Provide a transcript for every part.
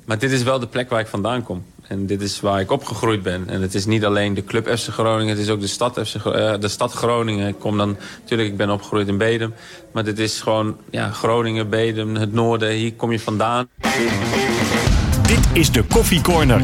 Maar dit is wel de plek waar ik vandaan kom. En dit is waar ik opgegroeid ben. En het is niet alleen de club FC Groningen, het is ook de stad Groningen. Ik ben opgegroeid in Bedum. Maar dit is gewoon Groningen, Bedum, het noorden. Hier kom je vandaan. Dit is de Koffie Corner.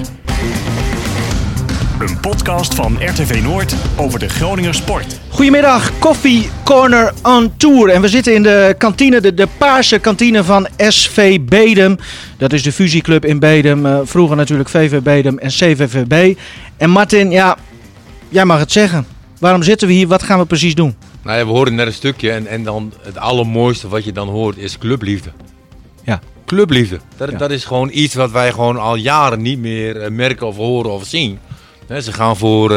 Een podcast van RTV Noord over de Groninger sport. Goedemiddag, Koffie Corner on Tour. En we zitten in de kantine, de paarse kantine van SV Bedum. Dat is de fusieclub in Bedum. Vroeger natuurlijk VV Bedum en CVVB. En Martin, jij mag het zeggen. Waarom zitten we hier? Wat gaan we precies doen? Nou ja, we hoorden net een stukje en dan het allermooiste wat je dan hoort is clubliefde. Ja. Clubliefde. Dat is gewoon iets wat wij gewoon al jaren niet meer merken of horen of zien. Ze gaan voor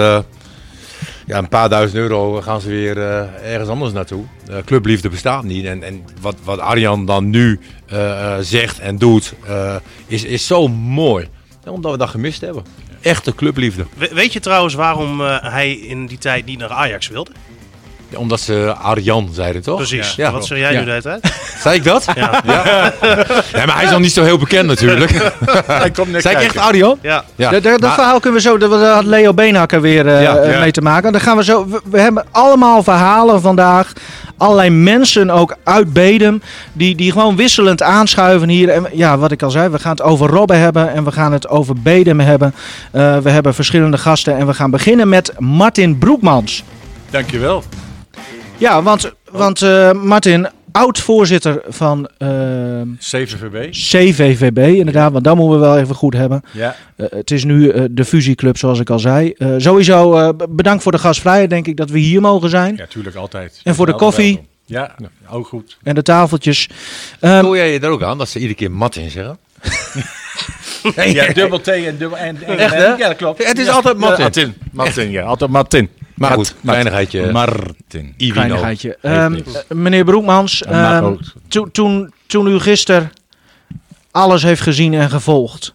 een paar €1000 gaan ze weer ergens anders naartoe. Clubliefde bestaat niet. En wat Arjan dan nu zegt en doet is zo mooi. Omdat we dat gemist hebben. Echte clubliefde. Weet je trouwens waarom hij in die tijd niet naar Ajax wilde? Ja, omdat ze Arjan zeiden, toch? Precies. Ja. Wat zeg jij nu de hele tijd? Zei ik dat? Ja. Ja, maar hij is nog niet zo heel bekend natuurlijk. Hij komt net Zei ik echt kijken. Arjan? Ja. Ja. Dat verhaal kunnen we zo, daar had Leo Beenhakker weer mee te maken. Dan gaan we zo. We hebben allemaal verhalen vandaag. Allerlei mensen ook uit Bedum die gewoon wisselend aanschuiven hier. En wat ik al zei, we gaan het over Robben hebben en we gaan het over Bedum hebben. We hebben verschillende gasten en we gaan beginnen met Martin Broekmans. Dankjewel. Ja, want Martin, oud-voorzitter van CVVB. CVVB, inderdaad, want dat moeten we wel even goed hebben. Ja. Het is nu de fusieclub, zoals ik al zei. Sowieso bedankt voor de gastvrijheid, denk ik, dat we hier mogen zijn. Ja, tuurlijk, altijd. En voor de koffie. Ja, ook goed. En de tafeltjes. Stoor jij je er ook aan dat ze iedere keer Martin zeggen? Ja, dubbel T en dubbel N. Echt, hè? Ja, dat klopt. Het is altijd Martin. Martin, ja. Altijd Martin. Maar goed, kleinigheidje. Martin. Kleinigheidje. Meneer Broekmans, toen u gisteren alles heeft gezien en gevolgd.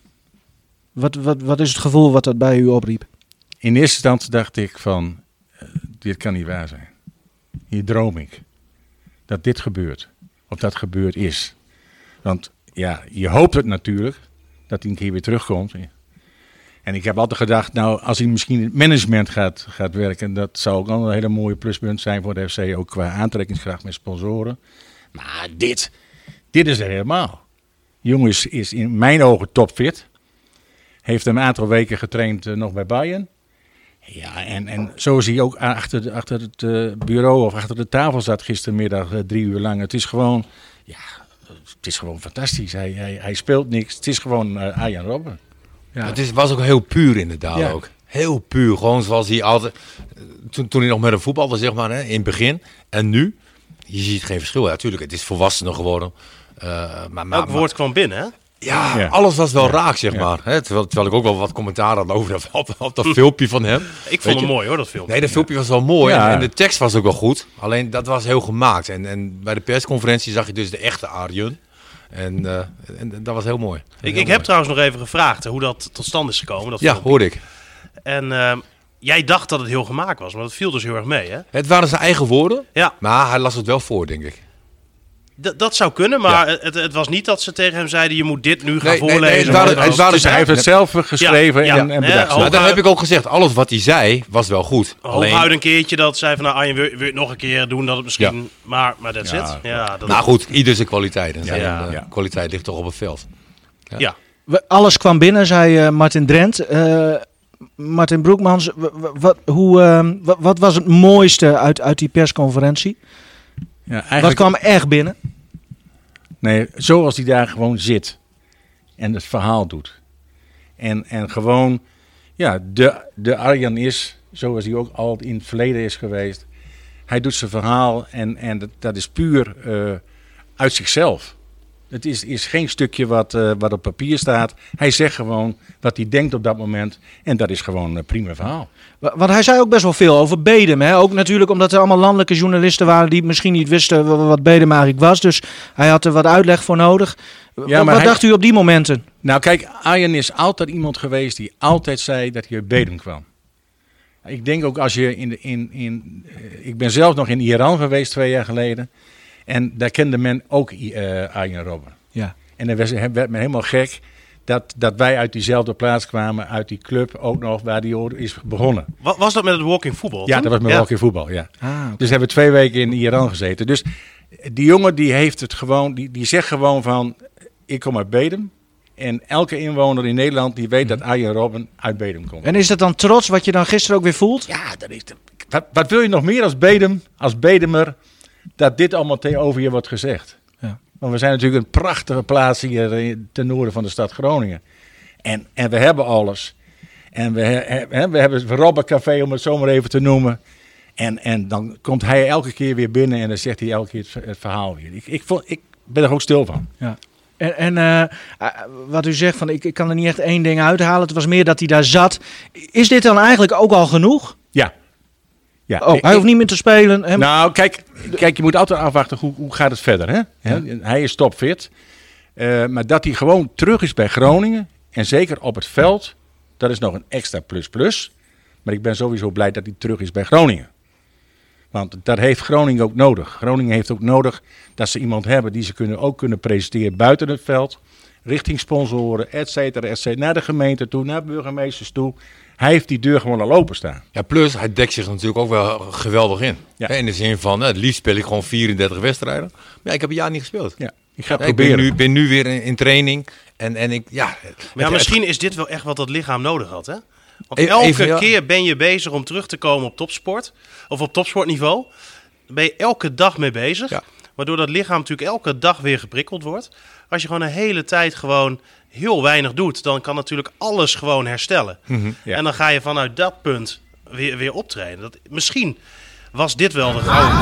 Wat is het gevoel wat dat bij u opriep? In eerste instantie dacht ik van, dit kan niet waar zijn. Hier droom ik. Dat dit gebeurt. Of dat gebeurd is. Want ja, je hoopt het natuurlijk. Dat hij een keer weer terugkomt. En ik heb altijd gedacht, nou, als hij misschien in het management gaat werken, dat zou ook al een hele mooie pluspunt zijn voor de FC, ook qua aantrekkingskracht met sponsoren. Maar dit is er helemaal. De jongen is in mijn ogen topfit. Heeft een aantal weken getraind nog bij Bayern. Ja, en zo is hij ook achter het bureau of achter de tafel zat gistermiddag 3 uur lang. Het is gewoon fantastisch. Hij speelt niks. Het is gewoon Arjan Robben. Ja. Het was ook heel puur inderdaad ook. Heel puur. Gewoon zoals hij altijd... Toen hij nog met een voetbalde, zeg maar, in het begin. En nu, je ziet geen verschil. Ja, natuurlijk, het is volwassener geworden. Elk woord kwam binnen, hè? Ja, alles was wel raak, zeg maar. Hè? Terwijl ik ook wel wat commentaar had over op dat filmpje van hem. Ik vond het mooi, hoor, dat filmpje. Nee, dat filmpje was wel mooi. Ja. En de tekst was ook wel goed. Alleen, dat was heel gemaakt. En bij de persconferentie zag je dus de echte Arjen. En dat was heel mooi. Ik heb trouwens nog even gevraagd hoe dat tot stand is gekomen. Dat Ja, hoorde ik. En jij dacht dat het heel gemaakt was, maar dat viel dus heel erg mee, hè? Het waren zijn eigen woorden. Ja. Maar hij las het wel voor, denk ik. Dat zou kunnen, maar het was niet dat ze tegen hem zeiden, je moet dit nu gaan voorlezen. Hij heeft het zelf geschreven en bedacht. Maar dan heb ik ook gezegd, alles wat hij zei was wel goed. Hooguit een keertje dat zei van, Arjen, wil je het nog een keer doen, dat het misschien... Maar that's it. Ja, nou goed, ieder zijn kwaliteit. En zijn kwaliteit ligt toch op het veld. Ja. Alles kwam binnen, zei Martin Drent. Martin Broekmans, wat was het mooiste uit die persconferentie? Ja, wat kwam echt binnen? Nee, zoals hij daar gewoon zit. En het verhaal doet. En gewoon, ja, de Arjan is, zoals hij ook altijd in het verleden is geweest. Hij doet zijn verhaal en dat is puur uit zichzelf. Het is geen stukje wat op papier staat. Hij zegt gewoon wat hij denkt op dat moment. En dat is gewoon een prima verhaal. Want hij zei ook best wel veel over Bedum. Hè? Ook natuurlijk omdat er allemaal landelijke journalisten waren die misschien niet wisten wat Bedum eigenlijk was. Dus hij had er wat uitleg voor nodig. Ja, wat dacht u op die momenten? Nou kijk, Arjen is altijd iemand geweest die altijd zei dat hij uit Bedum kwam. Ik denk ook als je ik ben zelf nog in Iran geweest 2 jaar geleden. En daar kende men ook Arjen Robben. Ja. En dan werd men helemaal gek dat wij uit diezelfde plaats kwamen, uit die club ook nog, waar die is begonnen. Was dat met het walking voetbal? Ja, dat was met walking voetbal, ja. Okay. Dus hebben we 2 weken in Iran gezeten. Dus die jongen die heeft het gewoon, die zegt gewoon van, ik kom uit Bedum. En elke inwoner in Nederland die weet dat Arjen Robben uit Bedum komt. En is dat dan trots wat je dan gisteren ook weer voelt? Ja, dat is wat wil je nog meer als Bedumer, dat dit allemaal over je wordt gezegd. Ja. Want we zijn natuurlijk een prachtige plaats hier ten noorden van de stad Groningen. En we hebben alles. En we hebben het Robbencafé, om het zo maar even te noemen. En dan komt hij elke keer weer binnen en dan zegt hij elke keer het verhaal weer. Ik ben er ook stil van. Ja. En wat u zegt, van ik kan er niet echt één ding uithalen. Het was meer dat hij daar zat. Is dit dan eigenlijk ook al genoeg? Ja. Hij hoeft niet meer te spelen. Nou, kijk, je moet altijd afwachten hoe gaat het verder. Hè? Ja. Hij is topfit. Maar dat hij gewoon terug is bij Groningen. En zeker op het veld. Dat is nog een extra plus. Maar ik ben sowieso blij dat hij terug is bij Groningen. Want dat heeft Groningen ook nodig. Groningen heeft ook nodig dat ze iemand hebben die ze ook kunnen presenteren buiten het veld. Richting sponsoren, et cetera, naar de gemeente toe, naar burgemeesters toe. Hij heeft die deur gewoon al openstaan. Ja, plus hij dekt zich natuurlijk ook wel geweldig in. Ja. In de zin van, het liefst speel ik gewoon 34 wedstrijden. Maar ja, ik heb een jaar niet gespeeld. Ja, ik ga het proberen. Ik ben nu weer in training. En ik, maar misschien is dit wel echt wat dat lichaam nodig had, hè? Want elke keer ben je bezig om terug te komen op topsport. Of op topsportniveau. Daar ben je elke dag mee bezig. Ja. Waardoor dat lichaam natuurlijk elke dag weer geprikkeld wordt. Als je gewoon een hele tijd gewoon heel weinig doet, dan kan natuurlijk alles gewoon herstellen. Mm-hmm, ja. En dan ga je vanuit dat punt weer optreden. Misschien was dit wel de gouden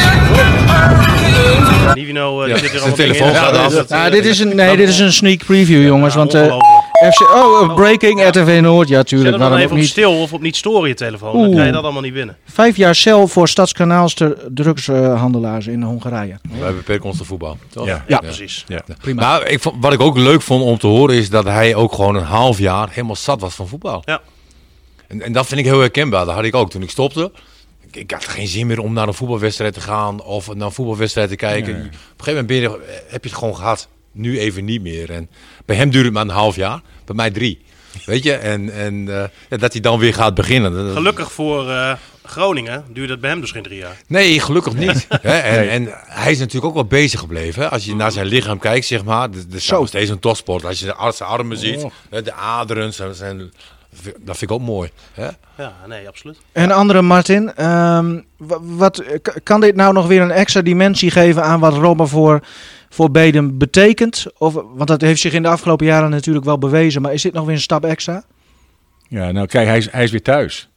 combinatie. Nivino, die zit er allemaal telefoon. Dit is een sneak preview, jongens. Want breaking RTV Noord. Ja, tuurlijk. Zet hem dan even op stil of op niet storen je telefoon. Dan krijg je dat allemaal niet binnen. 5 jaar cel voor Stadskanaalster drugshandelaars in Hongarije. Wij beperken ons te voetbal. Toch? Ja, precies. Ja. Prima. Maar wat ik ook leuk vond om te horen is dat hij ook gewoon een half jaar helemaal zat was van voetbal. Ja. En dat vind ik heel herkenbaar. Dat had ik ook toen ik stopte. Ik had geen zin meer om naar een voetbalwedstrijd te gaan of naar een voetbalwedstrijd te kijken. Nee. Op een gegeven moment heb je het gewoon gehad. Nu even niet meer. En bij hem duurt het maar een half jaar. Bij mij 3. Weet je? En dat hij dan weer gaat beginnen. Gelukkig voor Groningen duurt het bij hem dus geen 3 jaar. Nee, gelukkig niet. En hij is natuurlijk ook wel bezig gebleven. Hè? Als je naar zijn lichaam kijkt, zeg maar. Zo is deze een topsport. Als je zijn armen ziet, de aderen, dat vind ik ook mooi. Hè? Ja, nee, absoluut. En andere Martin, wat kan dit nou nog weer een extra dimensie geven aan wat Robben voor Bedum betekent? Want dat heeft zich in de afgelopen jaren natuurlijk wel bewezen. Maar is dit nog weer een stap extra? Ja, nou kijk, hij is weer thuis.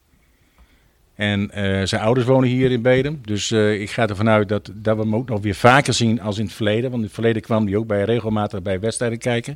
En zijn ouders wonen hier in Bedum. Dus ik ga ervan uit dat we hem ook nog weer vaker zien als in het verleden. Want in het verleden kwam hij ook regelmatig bij wedstrijden kijken.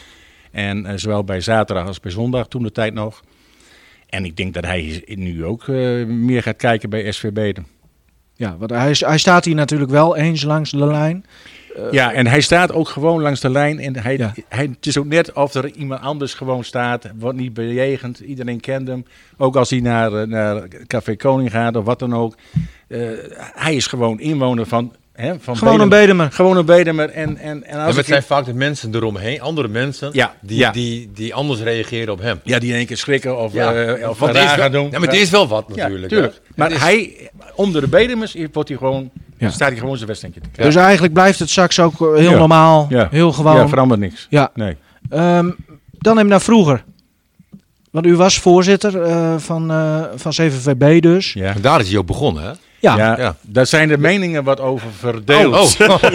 En zowel bij zaterdag als bij zondag toen de tijd nog. En ik denk dat hij nu ook meer gaat kijken bij SV Bedum. Ja, want hij staat hier natuurlijk wel eens langs de lijn. Ja, en hij staat ook gewoon langs de lijn. En het is ook net of er iemand anders gewoon staat. Wordt niet bejegend. Iedereen kent hem. Ook als hij naar Café Koning gaat of wat dan ook. Hij is gewoon inwoner van gewoon Bedum. Een Bedumer. Gewoon een Bedumer. En het zijn vaak de mensen eromheen, andere mensen, die anders reageren op hem. Ja, die in één keer schrikken of raar gaan doen. Ja, maar het is wel wat natuurlijk. Ja, tuurlijk. Maar hij, onder de Bedumers, staat hij gewoon zijn wedstrijdje te kijken. Dus eigenlijk blijft het straks ook heel normaal, heel gewoon. Ja, verandert niks. Ja. Nee. Dan even naar vroeger. Want u was voorzitter van CVVB dus. Ja. En daar is hij ook begonnen, hè? Ja. Daar zijn de meningen wat over verdeeld.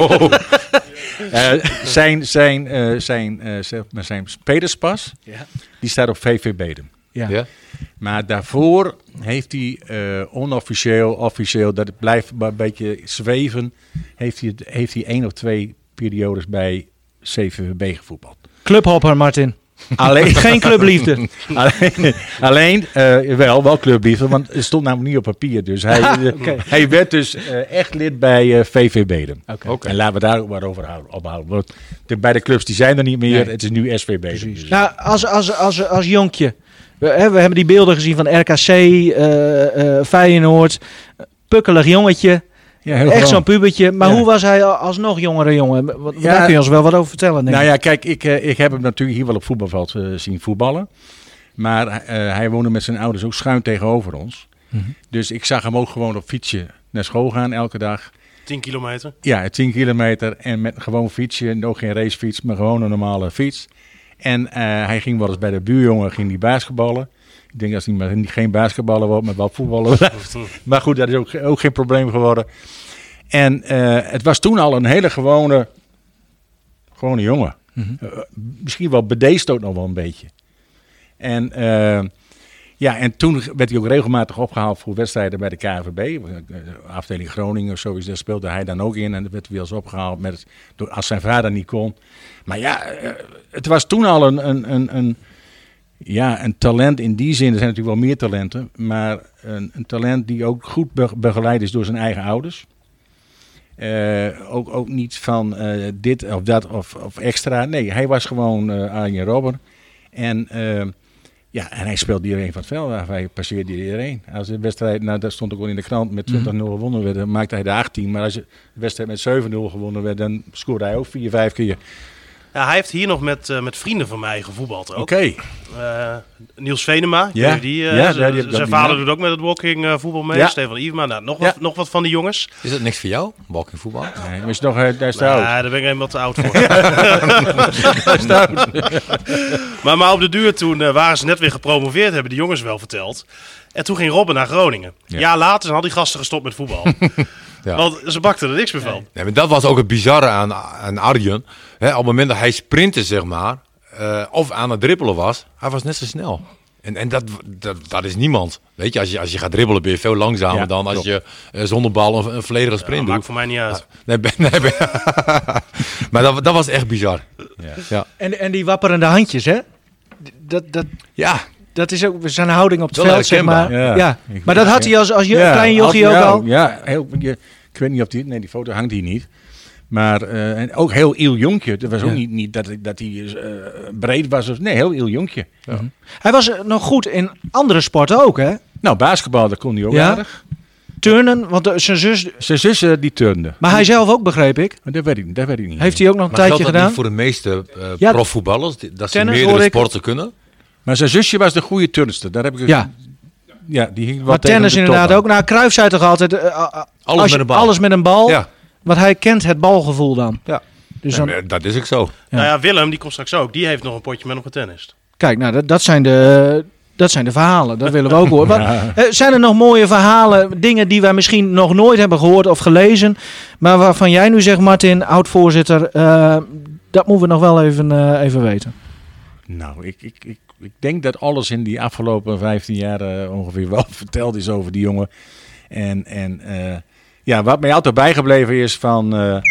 Zijn spelerspas, die staat op VV Bedum. Ja. Maar daarvoor heeft hij officieel, dat het blijft maar een beetje zweven, heeft hij 1 of 2 periodes bij CVVB gevoetbald. Clubhopper, Martin. Alleen geen clubliefde. Alleen wel clubliefde, want het stond namelijk niet op papier. Dus hij werd dus echt lid bij VV Bedum. Okay. En laten we daar ook maar over ophouden. Want bij de clubs die zijn er niet meer. Nee. Het is nu SV Bedum. Dus. Nou, als jonkje. We hebben die beelden gezien van RKC, Feyenoord. Pukkelig jongetje. Ja, echt zo'n pubertje. Maar hoe was hij als nog jongere jongen? Daar kun je ons wel wat over vertellen. Nou ja, kijk, ik heb hem natuurlijk hier wel op voetbalveld zien voetballen. Maar hij woonde met zijn ouders ook schuin tegenover ons. Mm-hmm. Dus ik zag hem ook gewoon op fietsje naar school gaan elke dag. 10 kilometer? Ja, 10 kilometer. En met gewoon fietsje. Ook geen racefiets, maar gewoon een normale fiets. En hij ging wel eens bij de buurjongen ging basketballen. Ik denk dat hij geen basketballer wordt, maar wel voetballen blijft. Maar goed, dat is ook geen probleem geworden. En het was toen al een hele gewone jongen. Mm-hmm. Misschien wel bedeesd ook nog wel een beetje. En en toen werd hij ook regelmatig opgehaald voor wedstrijden bij de KNVB. Afdeling Groningen of zoiets, daar speelde hij dan ook in. En dat werd hij wel eens opgehaald als zijn vader niet kon. Maar ja, het was toen al een talent in die zin. Er zijn natuurlijk wel meer talenten. Maar een talent die ook goed begeleid is door zijn eigen ouders. Ook niet van dit of dat of extra. Nee, hij was gewoon Arjen Robben. En hij speelde iedereen van het veld. Hij passeerde iedereen. Als de wedstrijd, dat stond ook al in de krant, met 20-0 gewonnen werd, dan maakte hij de 18. Maar als de wedstrijd met 7-0 gewonnen werd, dan scoorde hij ook 4-5 keer. Ja, hij heeft hier nog met vrienden van mij gevoetbald ook. Oké. Niels Venema, zijn vader doet ook met het walking voetbal mee. Ja. Stefan Iverma, nog wat van die jongens. Is dat niks voor jou, walking voetbal? Nee, maar is nog, daar is te oud. Ja, daar ben ik helemaal te oud voor. Maar op de duur toen waren ze net weer gepromoveerd, hebben die jongens wel verteld. En toen ging Robben naar Groningen. Ja. Jaar later zijn al die gasten gestopt met voetbal. Ja. Want ze bakten er niks meer van. Nee, maar dat was ook het bizarre aan Arjen. Op het moment dat hij sprintte, zeg maar, of aan het dribbelen was, hij was net zo snel. En dat is niemand. Weet je, als je gaat dribbelen ben je veel langzamer dan als je zonder bal een volledige sprint doet. Maakt voor mij niet uit. Maar dat was echt bizar. Ja. En die wapperende handjes, hè? Dat is ook zijn houding op het veld, zeg maar. Ja. Maar dat had hij als klein jochie ook al. Ja, ik weet niet of die foto hangt hier niet. Maar en ook heel iel jonkje. Het was ook niet dat hij breed was. Nee, heel iel jonkje. Ja. Mm-hmm. Hij was nog goed in andere sporten ook, hè? Nou, basketbal, dat kon hij ook aardig. Turnen, want zijn zus die turnde. Maar hij zelf ook, begreep ik. Dat weet ik niet. Heeft hij ook nog een tijdje gedaan? Niet voor de meeste profvoetballers, dat ze meerdere sporten kunnen? Maar zijn zusje was de goede turnster. Daar heb ik die hing wel. Maar tennis inderdaad ook. Nou, Cruijff zei toch altijd alles met een bal. Ja. Want hij kent het balgevoel dan. Ja. Dus dan dat is ook zo. Ja. Nou ja, Willem, die komt straks ook. Die heeft nog een potje met hem getennist. Kijk, nou, dat zijn de verhalen. Dat willen we ook horen. Zijn er nog mooie verhalen, dingen die wij misschien nog nooit hebben gehoord of gelezen, maar waarvan jij nu zegt, Martin, oud-voorzitter, dat moeten we nog wel even weten. Nou, ik denk dat alles in die afgelopen 15 jaar ongeveer wel verteld is over die jongen. En wat mij altijd bijgebleven is van...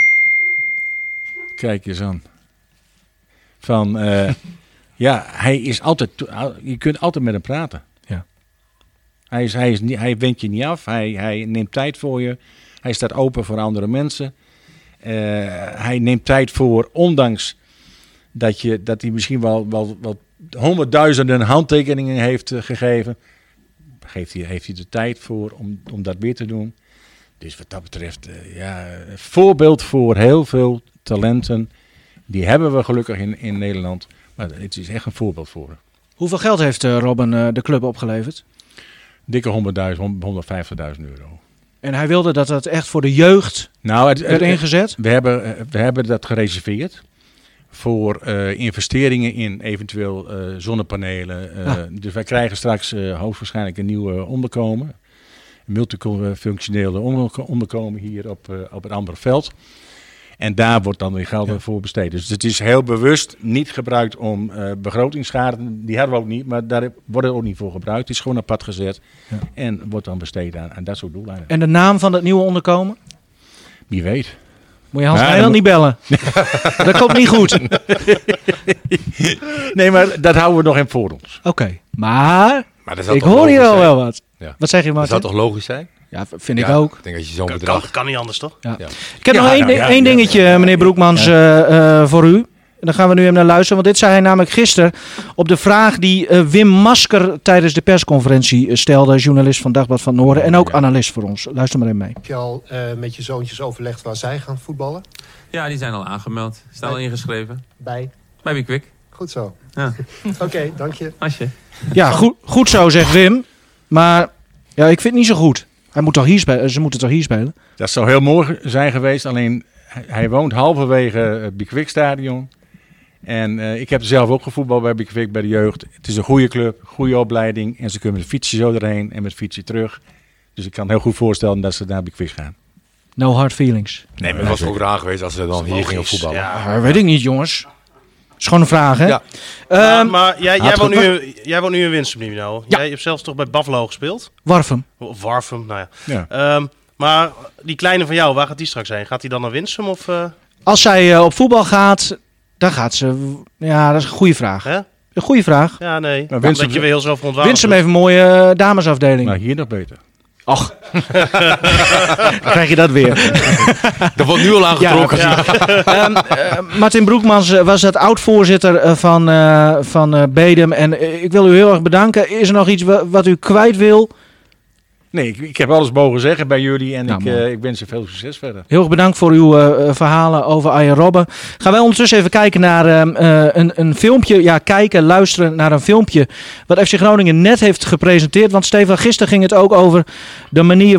kijk eens aan. Van... hij is altijd... Je kunt altijd met hem praten. Ja. Hij wendt je niet af. Hij neemt tijd voor je. Hij staat open voor andere mensen. Hij neemt tijd voor, ondanks dat hij misschien wel honderdduizenden handtekeningen heeft gegeven. Heeft hij de tijd voor om dat weer te doen. Dus wat dat betreft, een voorbeeld voor heel veel talenten. Die hebben we gelukkig in Nederland. Maar het is echt een voorbeeld voor. Hoeveel geld heeft Robben de club opgeleverd? Dikke 150.000 euro. En hij wilde dat het echt voor de jeugd werd ingezet? We hebben dat gereserveerd. Voor investeringen in eventueel zonnepanelen. Dus wij krijgen straks hoogstwaarschijnlijk een nieuwe onderkomen. Een multifunctionele onderkomen hier op het Amberveld. En daar wordt dan weer geld voor besteed. Dus het is heel bewust niet gebruikt om begrotingsschade. Die hadden we ook niet, maar daar wordt het ook niet voor gebruikt. Het is gewoon apart gezet en wordt dan besteed aan dat soort doeleinden. En de naam van het nieuwe onderkomen? Wie weet. Moet je Hans Nijland niet bellen? Dat komt niet goed. Nee, maar dat houden we nog in voor ons. Oké, maar ik hoor hier al wel wat. Ja. Wat zeg je, Martin? Dat zou toch logisch zijn? Ja, vind ik ook. Ik denk dat je zo'n bedrag... Kan niet anders, toch? Ja. Ja. Ik heb nog één dingetje, meneer Broekmans, voor u. Dan gaan we nu even naar luisteren. Want dit zei hij namelijk gisteren op de vraag die Wim Masker tijdens de persconferentie stelde. Journalist van Dagblad van het Noorden en ook analist voor ons. Luister maar even mee. Heb je al met je zoontjes overlegd waar zij gaan voetballen? Ja, die zijn al aangemeld. Staan al ingeschreven. Bij Bikwik. Goed zo. Ja. Oké, dank je. Asje. Ja, goed zo, zegt Wim. Maar ja, ik vind het niet zo goed. Hij moet toch hier spelen? Ze moeten toch hier spelen? Dat zou heel mooi zijn geweest. Alleen hij woont halverwege het Bikwik stadion. En ik heb er zelf ook gevoetbald bij Bikwik, bij de jeugd. Het is een goede club, goede opleiding. En ze kunnen met fietsen zo erheen en met fietsen terug. Dus ik kan heel goed voorstellen dat ze naar Bikwik gaan. No hard feelings. Nee, maar het was ook raar geweest als ze dan hier gingen voetballen. Ja, weet ik niet, jongens. Is gewoon een vraag, hè? Ja. Maar jij woont nu in Winsum, Nino. Ja. Jij hebt zelfs toch bij Buffalo gespeeld? Warfum. Of Warfum, nou ja. Maar die kleine van jou, waar gaat die straks heen? Gaat hij dan naar Winsum? Of, Als zij op voetbal gaat, dan gaat ze... Ja, dat is een goede vraag. Hè? Een goede vraag. Ja, nee. Maar Winsum, dat je weer heel zo verontwaardigd. Winsum heeft een mooie damesafdeling. Maar hier nog beter. Och. Dan krijg je dat weer. Dat wordt nu al aangetrokken. Ja. Martin Broekmans was het oud-voorzitter van Bedum. En ik wil u heel erg bedanken. Is er nog iets wat u kwijt wil? Nee, ik heb alles mogen zeggen bij jullie. En Nou, ik wens je veel succes verder. Heel erg bedankt voor uw verhalen over Arjen Robben. Gaan wij ondertussen even kijken naar een filmpje. Ja, luisteren naar een filmpje wat FC Groningen net heeft gepresenteerd. Want Stefan, gisteren ging het ook over de manier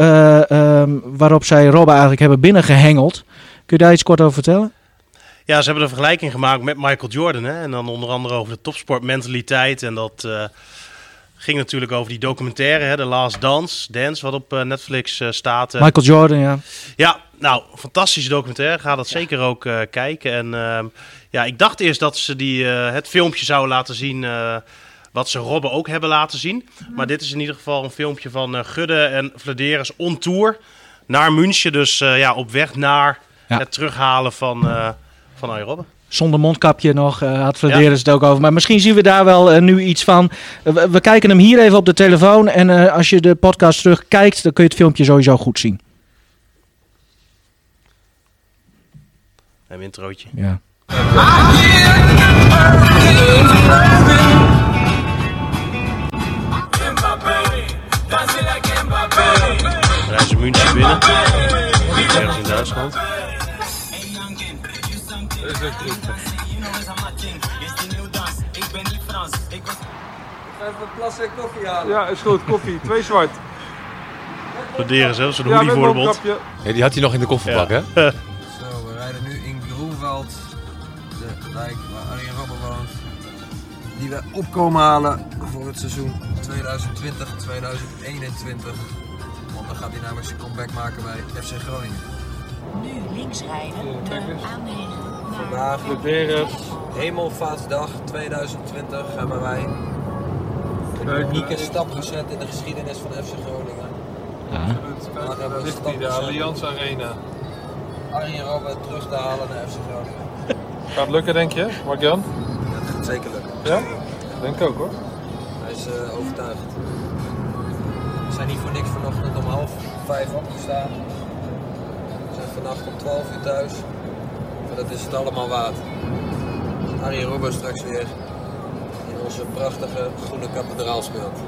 waarop zij Robben eigenlijk hebben binnengehengeld. Kun je daar iets kort over vertellen? Ja, ze hebben een vergelijking gemaakt met Michael Jordan. Hè? En dan onder andere over de topsportmentaliteit. En dat... ging natuurlijk over die documentaire, hè, The Last Dance, wat op Netflix staat. Michael Jordan, ja. Ja, nou, fantastische documentaire. Ga dat zeker ook kijken. En ik dacht eerst dat ze het filmpje zouden laten zien wat ze Robben ook hebben laten zien. Maar dit is in ieder geval een filmpje van Gudde en Vladeris on tour naar München. Dus op weg naar het terughalen van Arjen Robben. Zonder mondkapje nog, had Vladeris het ook over. Maar misschien zien we daar wel nu iets van. We kijken hem hier even op de telefoon. En als je de podcast terugkijkt, dan kun je het filmpje sowieso goed zien. Een introotje. Ja. We reizen München binnen. Ergens in Duitsland. Even een plasje koffie halen. Ja, is goed. Koffie. 2 zwart. Pladeren zelfs, zo'n hoodie voor de bot. Ja, die had hij nog in de kofferbak, hè? Zo, we rijden nu in Groenveld. De wijk waar Arjen Robben woont. Die we opkomen halen voor het seizoen 2020-2021. Want dan gaat hij namelijk zijn comeback maken bij FC Groningen. Nu links rijden, de A9. Vandaag Hemelvaartsdag 2020 hebben wij een unieke stap gezet in de geschiedenis van FC Groningen. Vandaag hebben we een stap de Allianz Arena. Arjen Robben terug te halen naar FC Groningen. Gaat lukken, denk je, Mark-Jan? Ja, dat gaat zeker lukken. Ja? Denk ik ook, hoor. Hij is overtuigd. We zijn niet voor niks vanochtend om 4:30 opgestaan. We zijn vannacht om 12 uur thuis. Maar dat is het allemaal waard. Arjen Robben straks weer in onze prachtige groene kathedraal speelt.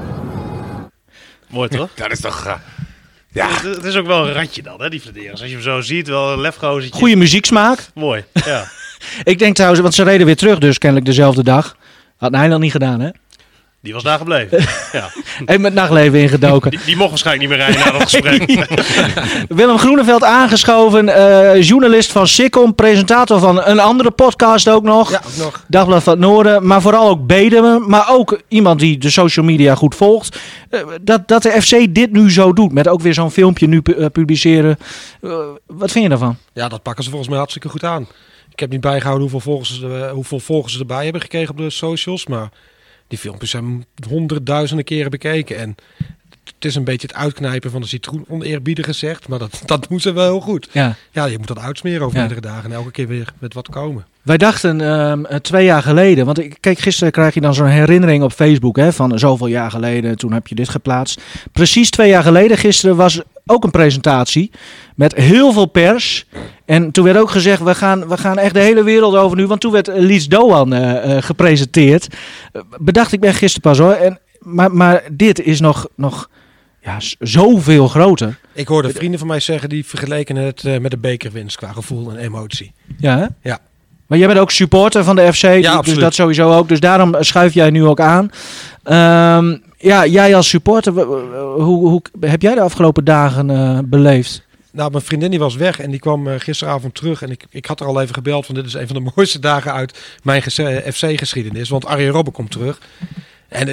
Mooi toch? Dat is toch... Ja. Het is ook wel een ratje dan, hè, die Vladeris. Als je hem zo ziet, wel een lefgozertje. Goeie muzieksmaak. Mooi, ja. Ik denk trouwens, want ze reden weer terug dus kennelijk dezelfde dag. Had hij nog niet gedaan, hè? Die was daar gebleven. Ja. En met nachtleven ingedoken. Die mocht waarschijnlijk niet meer rijden na dat gesprek. Willem Groeneveld aangeschoven, journalist van Sikkom, presentator van een andere podcast ook nog. Ja, ook nog. Dagblad van het Noorden, maar vooral ook Bedum. Maar ook iemand die de social media goed volgt. Dat de FC dit nu zo doet, met ook weer zo'n filmpje nu publiceren. Wat vind je daarvan? Ja, dat pakken ze volgens mij hartstikke goed aan. Ik heb niet bijgehouden hoeveel volgers ze erbij hebben gekregen op de socials, maar... Die filmpjes zijn 100.000 keren bekeken. En het is een beetje het uitknijpen van de citroen, oneerbiedig gezegd. Maar dat doen ze wel heel goed. Ja, je moet dat uitsmeren over meerdere dagen. En elke keer weer met wat komen. Wij dachten 2 jaar geleden. Want kijk, gisteren krijg je dan zo'n herinnering op Facebook. Hè, van zoveel jaar geleden, toen heb je dit geplaatst. Precies 2 jaar geleden, gisteren, was ook een presentatie. Met heel veel pers. En toen werd ook gezegd, we gaan echt de hele wereld over nu. Want toen werd Lies Doan gepresenteerd. Bedacht ik ben gisteren pas hoor. Maar dit is nog zoveel groter. Ik hoorde vrienden van mij zeggen, die vergeleken het met de bekerwinst qua gevoel en emotie. Ja, hè? Ja. Maar jij bent ook supporter van de FC, dus dat sowieso ook. Dus daarom schuif jij nu ook aan. Jij als supporter, hoe heb jij de afgelopen dagen beleefd? Nou, mijn vriendin die was weg en die kwam gisteravond terug. En ik had er al even gebeld van dit is een van de mooiste dagen uit mijn FC-geschiedenis. Want Arjen Robben komt terug. En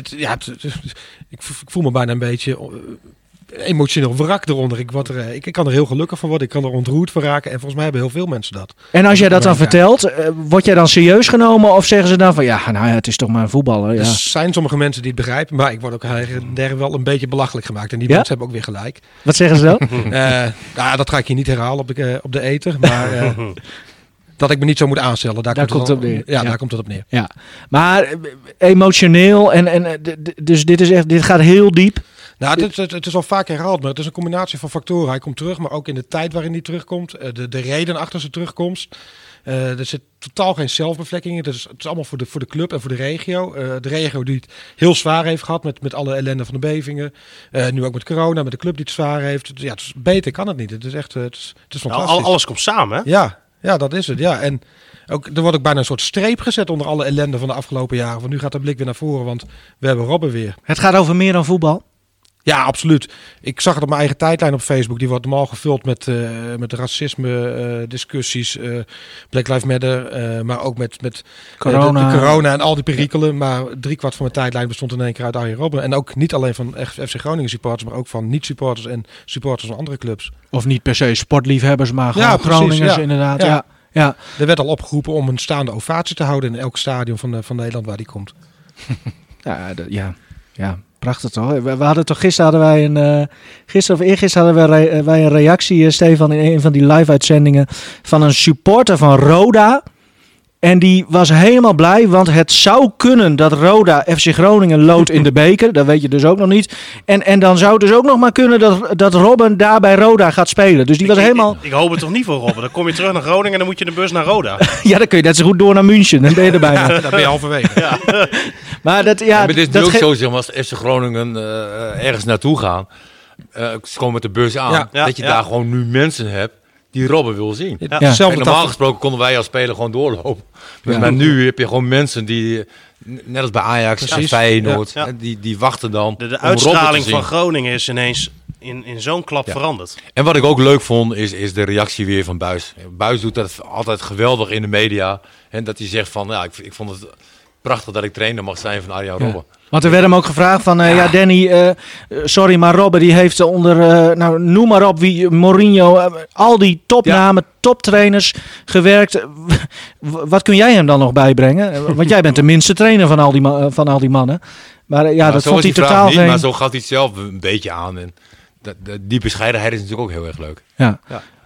ik voel me bijna een beetje emotioneel wrak eronder. Ik kan er heel gelukkig van worden. Ik kan er ontroerd van raken. En volgens mij hebben heel veel mensen dat. En als jij dat dan vertelt, word jij dan serieus genomen? Of zeggen ze dan van, het is toch maar een voetballer. Ja. Er zijn sommige mensen die het begrijpen. Maar ik word ook wel een beetje belachelijk gemaakt. En die mensen hebben ook weer gelijk. Wat zeggen ze dan? Dat ga ik hier niet herhalen op de ether. Maar dat ik me niet zo moet aanstellen. Daar komt het op neer. Ja, daar komt het op neer. Ja. Maar emotioneel dus dit gaat heel diep. Nou, het is al vaak herhaald, maar het is een combinatie van factoren. Hij komt terug, maar ook in de tijd waarin hij terugkomt. De reden achter zijn terugkomst. Er zit totaal geen zelfbevlekking. Het is allemaal voor de club en voor de regio. De regio die het heel zwaar heeft gehad met alle ellende van de bevingen. Nu ook met corona, met de club die het zwaar heeft. Ja, beter kan het niet. Het is echt het is fantastisch. Alles komt samen, hè? Ja, dat is het. Ja. En er wordt ook bijna een soort streep gezet onder alle ellende van de afgelopen jaren. Want nu gaat de blik weer naar voren, want we hebben Robben weer. Het gaat over meer dan voetbal? Ja, absoluut. Ik zag het op mijn eigen tijdlijn op Facebook. Die wordt normaal gevuld met racisme, discussies, Black Lives Matter, maar ook met corona. De corona en al die perikelen. Maar 3/4 van mijn tijdlijn bestond in één keer uit Arjen Robben. En ook niet alleen van FC Groningen supporters, maar ook van niet-supporters en supporters van andere clubs. Of niet per se sportliefhebbers, maar gewoon Groningers inderdaad. Ja. Er werd al opgeroepen om een staande ovatie te houden in elk stadion van Nederland waar die komt. Ja. Prachtig toch? We hadden toch gisteren of eergisteren hadden wij een reactie, Stefan, in een van die live-uitzendingen van een supporter van Roda. En die was helemaal blij, want het zou kunnen dat Roda FC Groningen loodt in de beker. Dat weet je dus ook nog niet. En dan zou het dus ook nog maar kunnen dat Robben daar bij Roda gaat spelen. Dus die was helemaal... Ik hoop het toch niet voor Robben. Dan kom je terug naar Groningen en dan moet je de bus naar Roda. Ja, dan kun je net zo goed door naar München. Dan ben je er bijna. Dan ben je halverwege. Ja. Maar dit is ook zo, zeg maar, als FC Groningen ergens naartoe gaan. Ze komen met de bus aan. Dat je daar gewoon nu mensen hebt die Robben wil zien. Ja. Normaal gesproken konden wij als speler gewoon doorlopen. Maar nu heb je gewoon mensen die, net als bij Ajax en Feyenoord, die wachten dan. De uitstraling van Groningen is ineens in zo'n klap veranderd. En wat ik ook leuk vond, is de reactie weer van Buijs. Buijs doet dat altijd geweldig in de media. En dat hij zegt van, ik vond het prachtig dat ik trainer mag zijn van Arjen Robben. Want er werd hem ook gevraagd van, Danny, sorry, maar Robben die heeft onder, noem maar op wie, Mourinho, al die topnamen, toptrainers gewerkt. Wat kun jij hem dan nog bijbrengen? Want jij bent de minste trainer van al die mannen. Maar dat vond hij totaal niet, maar zo gaat hij het zelf een beetje aan. En die bescheidenheid is natuurlijk ook heel erg leuk. Ja.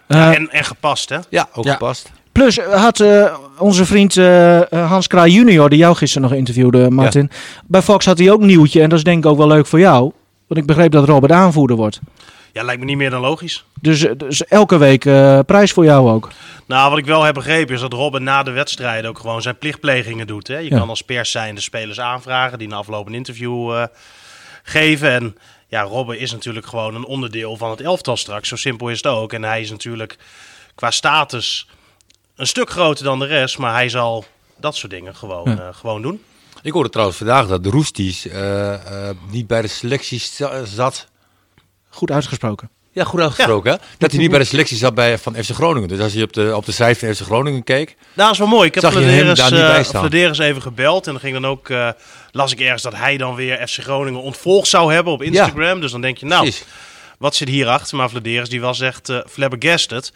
En gepast, hè? Ja, ook gepast. Plus had onze vriend Hans Kraai junior, die jou gisteren nog interviewde, Martin. Ja. Bij Fox had hij ook nieuwtje en dat is denk ik ook wel leuk voor jou. Want ik begreep dat Robert aanvoerder wordt. Ja, lijkt me niet meer dan logisch. Dus elke week prijs voor jou ook. Nou, wat ik wel heb begrepen is dat Robben na de wedstrijd ook gewoon zijn plichtplegingen doet. Hè? Je kan als pers zijn de spelers aanvragen die na afloop een interview geven. En ja, Robben is natuurlijk gewoon een onderdeel van het elftal straks. Zo simpel is het ook. En hij is natuurlijk qua status een stuk groter dan de rest, maar hij zal dat soort dingen gewoon doen. Ik hoorde trouwens vandaag dat de Roesties niet bij de selectie zat. Goed uitgesproken. Ja, goed uitgesproken. Ja. Hè? Dat hij niet bij de selectie zat van FC Groningen. Dus als je op de site van FC Groningen keek... Dat is wel mooi. Ik heb Flederis even gebeld. En dan ging dan ook... las ik ergens dat hij dan weer FC Groningen ontvolgd zou hebben op Instagram. Ja. Dus dan denk je, wat zit hierachter? Maar Flederis die was echt flabbergasted.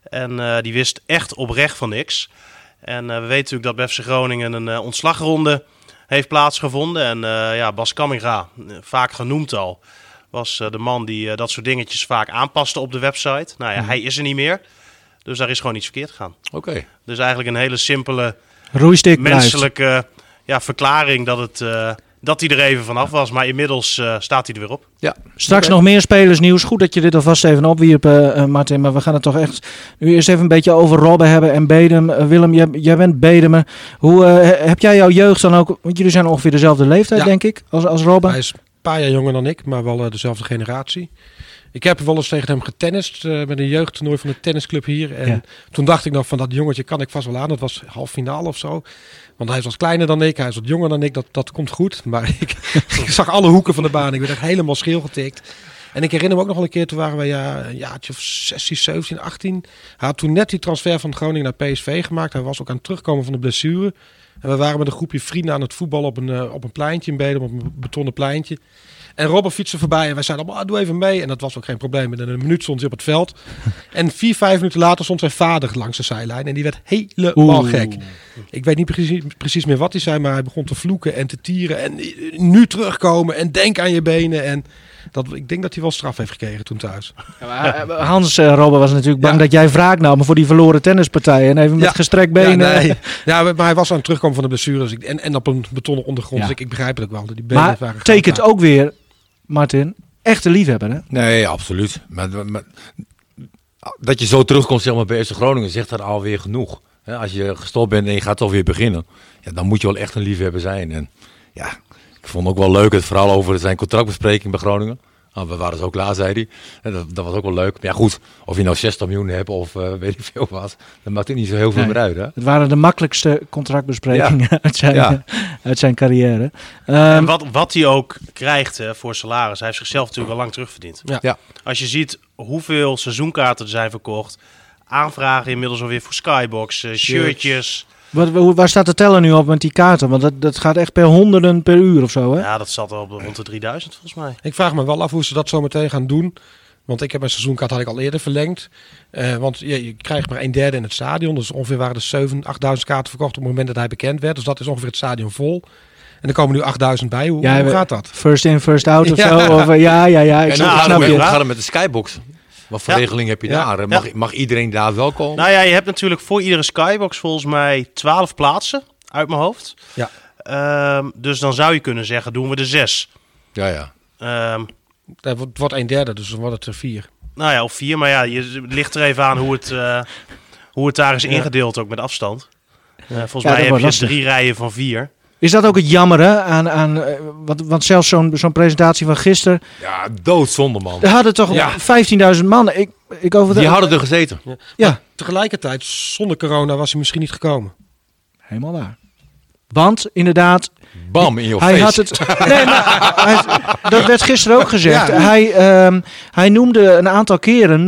En die wist echt oprecht van niks. En we weten natuurlijk dat bij FC Groningen een ontslagronde heeft plaatsgevonden. En Bas Kamminga, vaak genoemd al, was de man die dat soort dingetjes vaak aanpaste op de website. Nou ja, hij is er niet meer. Dus daar is gewoon iets verkeerd gegaan. Oké. Dus eigenlijk een hele simpele roeistick menselijke verklaring dat het dat hij er even vanaf was. Maar inmiddels staat hij er weer op. Ja. Straks nog meer spelersnieuws. Goed dat je dit alvast even opwierp, Martin. Maar we gaan het toch echt nu eerst even een beetje over Robben hebben en Bedum. Willem, jij bent Bedumer. Hoe heb jij jouw jeugd dan ook? Want jullie zijn ongeveer dezelfde leeftijd, denk ik, als Robben. Hij is een paar jaar jonger dan ik, maar wel dezelfde generatie. Ik heb wel eens tegen hem getennist met een jeugdtoernooi van de tennisclub hier. En toen dacht ik nog van dat jongetje kan ik vast wel aan. Dat was half finale of zo. Want hij was kleiner dan ik, hij is wat jonger dan ik. Dat komt goed. Maar ik zag alle hoeken van de baan. Ik werd echt helemaal scheel getikt. En ik herinner me ook nog wel een keer, toen waren wij een jaartje of 16, 17, 18. Hij had toen net die transfer van Groningen naar PSV gemaakt. Hij was ook aan het terugkomen van de blessure. En we waren met een groepje vrienden aan het voetballen op een pleintje in Bedum, op een betonnen pleintje. En Robben fietste voorbij en wij zeiden allemaal, doe even mee. En dat was ook geen probleem. In een minuut stond hij op het veld. En 4-5 minuten later stond zijn vader langs de zijlijn. En die werd helemaal gek. Ik weet niet precies meer wat hij zei, maar hij begon te vloeken en te tieren. En nu terugkomen en denk aan je benen. En ik denk dat hij wel straf heeft gekregen toen thuis. Ja, maar Hans Robben was natuurlijk bang dat jij wraak nam voor die verloren tennispartij. En even met gestrekt benen. Maar hij was aan het terugkomen van de blessure. Dus en op een betonnen ondergrond. Dus ik begrijp het ook wel. Die benen maar waren tekent ook weer, Martin, echte liefhebber, hè? Nee, absoluut. Maar dat je zo terugkomt, zeg maar, bij FC Groningen, zegt dat alweer genoeg. Als je gestopt bent en je gaat toch weer beginnen, dan moet je wel echt een liefhebber zijn. En ja, ik vond ook wel leuk het verhaal over zijn contractbespreking bij Groningen. We waren zo klaar, zei hij. Dat was ook wel leuk. Maar ja, goed, of je nou 60 miljoen hebt of weet ik veel wat, dat maakt het niet zo heel veel meer uit. Hè? Het waren de makkelijkste contractbesprekingen uit zijn carrière. En wat hij ook krijgt voor salaris, hij heeft zichzelf natuurlijk al lang terugverdiend. Ja. Als je ziet hoeveel seizoenkaarten er zijn verkocht, aanvragen inmiddels alweer voor Skybox, shirtjes. Waar staat de teller nu op met die kaarten? Want dat gaat echt per honderden per uur of zo, hè? Ja, dat zat al rond de 3000 volgens mij. Ik vraag me wel af hoe ze dat zo meteen gaan doen. Want ik heb mijn seizoenkaart al eerder verlengd. Want je krijgt maar 1/3 in het stadion. Dus ongeveer waren er 7.000, 8.000 kaarten verkocht op het moment dat hij bekend werd. Dus dat is ongeveer het stadion vol. En er komen nu 8.000 bij. Hoe gaat dat? First in, first out of zo? Of, ja. Ik snap je. Gaat het met de Skybox? Wat voor regeling heb je daar? Mag iedereen daar wel komen? Nou ja, je hebt natuurlijk voor iedere Skybox volgens mij 12 plaatsen uit mijn hoofd. Ja. Dus dan zou je kunnen zeggen, doen we er 6. Ja. Het wordt 1/3, dus dan wordt het er 4. Nou ja, of 4. Maar ja, het ligt er even aan hoe het daar is ingedeeld, ook met afstand. Volgens mij heb je 3 rijen van 4. Is dat ook het jammer, hè? Want zelfs zo'n presentatie van gisteren... Ja, doodzonde, man. Er hadden toch 15.000 man. Die hadden er gezeten. Ja. Tegelijkertijd, zonder corona was hij misschien niet gekomen. Helemaal waar. Want, inderdaad... Bam, in je hij face. had het. Nee, maar dat werd gisteren ook gezegd. Ja. Hij noemde een aantal keren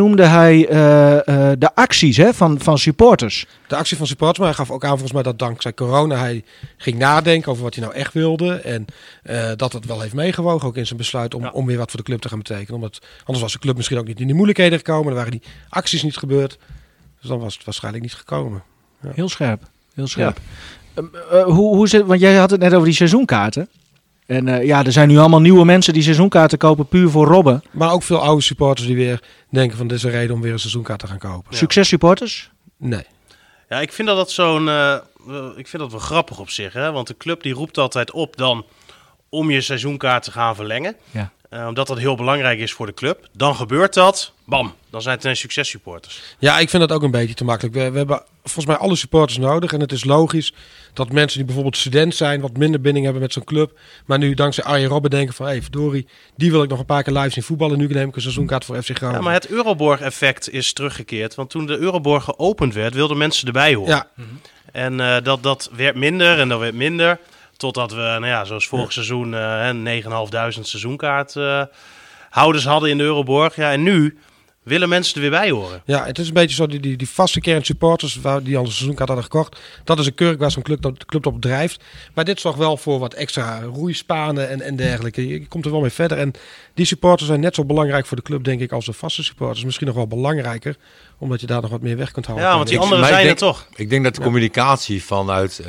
de acties van supporters. De actie van supporters, maar hij gaf ook aan volgens mij dat dankzij corona hij ging nadenken over wat hij nou echt wilde. En dat het wel heeft meegewogen, ook in zijn besluit om weer wat voor de club te gaan betekenen. Omdat anders was de club misschien ook niet in die moeilijkheden gekomen. Dan waren die acties niet gebeurd. Dus dan was het waarschijnlijk niet gekomen. Ja. Heel scherp. Ja. Hoe zit, want jij had het net over die seizoenkaarten. En er zijn nu allemaal nieuwe mensen die seizoenkaarten kopen puur voor Robben. Maar ook veel oude supporters die weer denken van dit is een reden om weer een seizoenkaart te gaan kopen. Ja. Successupporters? Nee. Ja, ik vind dat ik vind dat wel grappig op zich. Hè? Want de club die roept altijd op dan om je seizoenkaart te gaan verlengen. Ja. Omdat dat heel belangrijk is voor de club. Dan gebeurt dat. Bam. Dan zijn het ineens successupporters. Ja, ik vind dat ook een beetje te makkelijk. We hebben volgens mij alle supporters nodig. En het is logisch dat mensen die bijvoorbeeld student zijn... wat minder binding hebben met zo'n club. Maar nu dankzij Arjen Robben denken van... verdorie, die wil ik nog een paar keer live zien voetballen. Nu neem ik een seizoenkaart voor FC Groningen. Ja, maar het Euroborg-effect is teruggekeerd. Want toen de Euroborg geopend werd, wilden mensen erbij horen. Ja. En dat werd minder en dat werd minder... Totdat we, zoals vorig seizoen, 9.500 seizoenkaarthouders hadden in de Euroborg. Ja, en nu willen mensen er weer bij horen. Ja, het is een beetje zo, die vaste kern supporters die al een seizoenkaart hadden gekocht. Dat is een kurk waar zo'n club op drijft. Maar dit zorgt wel voor wat extra roeispanen en dergelijke. Je komt er wel mee verder. En die supporters zijn net zo belangrijk voor de club, denk ik, als de vaste supporters. Misschien nog wel belangrijker, omdat je daar nog wat meer weg kunt halen. Ja, want die anderen zijn er toch. Ik denk dat de communicatie vanuit...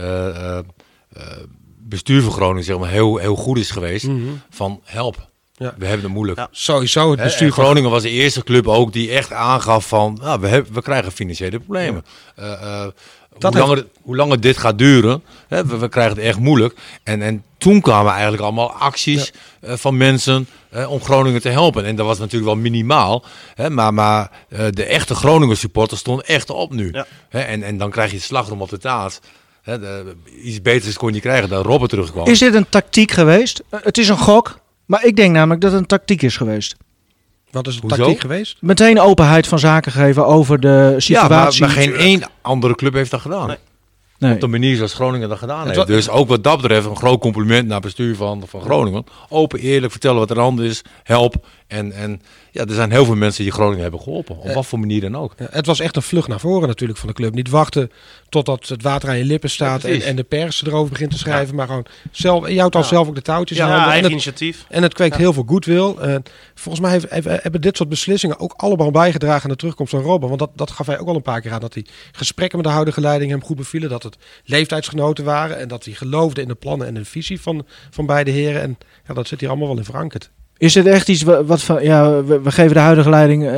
bestuur van Groningen zeg maar heel goed is geweest van help. Ja. We hebben het moeilijk. Ja. Sowieso het bestuur van Groningen was de eerste club ook die echt aangaf van we krijgen financiële problemen. hoe langer dit gaat duren, hè, we krijgen het echt moeilijk. En toen kwamen eigenlijk allemaal acties van mensen om Groningen te helpen. En dat was natuurlijk wel minimaal. Hè, maar de echte Groningen supporters stonden echt op nu. Ja. Hè, en dan krijg je het slagroom op de taart. Hè, iets beters kon je niet krijgen dan Robben terugkwam. Is dit een tactiek geweest? Het is een gok, maar ik denk namelijk dat het een tactiek is geweest. Wat is de tactiek geweest? Meteen openheid van zaken geven over de situatie. Ja, maar geen één andere club heeft dat gedaan. Nee. Op de manier zoals Groningen dat gedaan heeft. Dus ook wat dat betreft een groot compliment naar het bestuur van Groningen. Open, eerlijk, vertellen wat er aan de hand is. Help. En ja, er zijn heel veel mensen die Groningen hebben geholpen. Op wat voor manier dan ook. Ja, het was echt een vlucht naar voren natuurlijk van de club. Niet wachten totdat het water aan je lippen staat en de pers erover begint te schrijven. Maar gewoon zelf, je houdt al zelf ook de touwtjes in handen. Eigen initiatief. En het kweekt heel veel goodwill. Volgens mij hebben dit soort beslissingen ook allemaal bijgedragen aan de terugkomst van Robben. Want dat gaf hij ook al een paar keer aan. Dat die gesprekken met de huidige leiding hem goed bevielen. Dat het leeftijdsgenoten waren. En dat hij geloofde in de plannen en de visie van beide heren. En ja, dat zit hier allemaal wel in verankerd. Is het echt iets wat van, ja, we geven de huidige leiding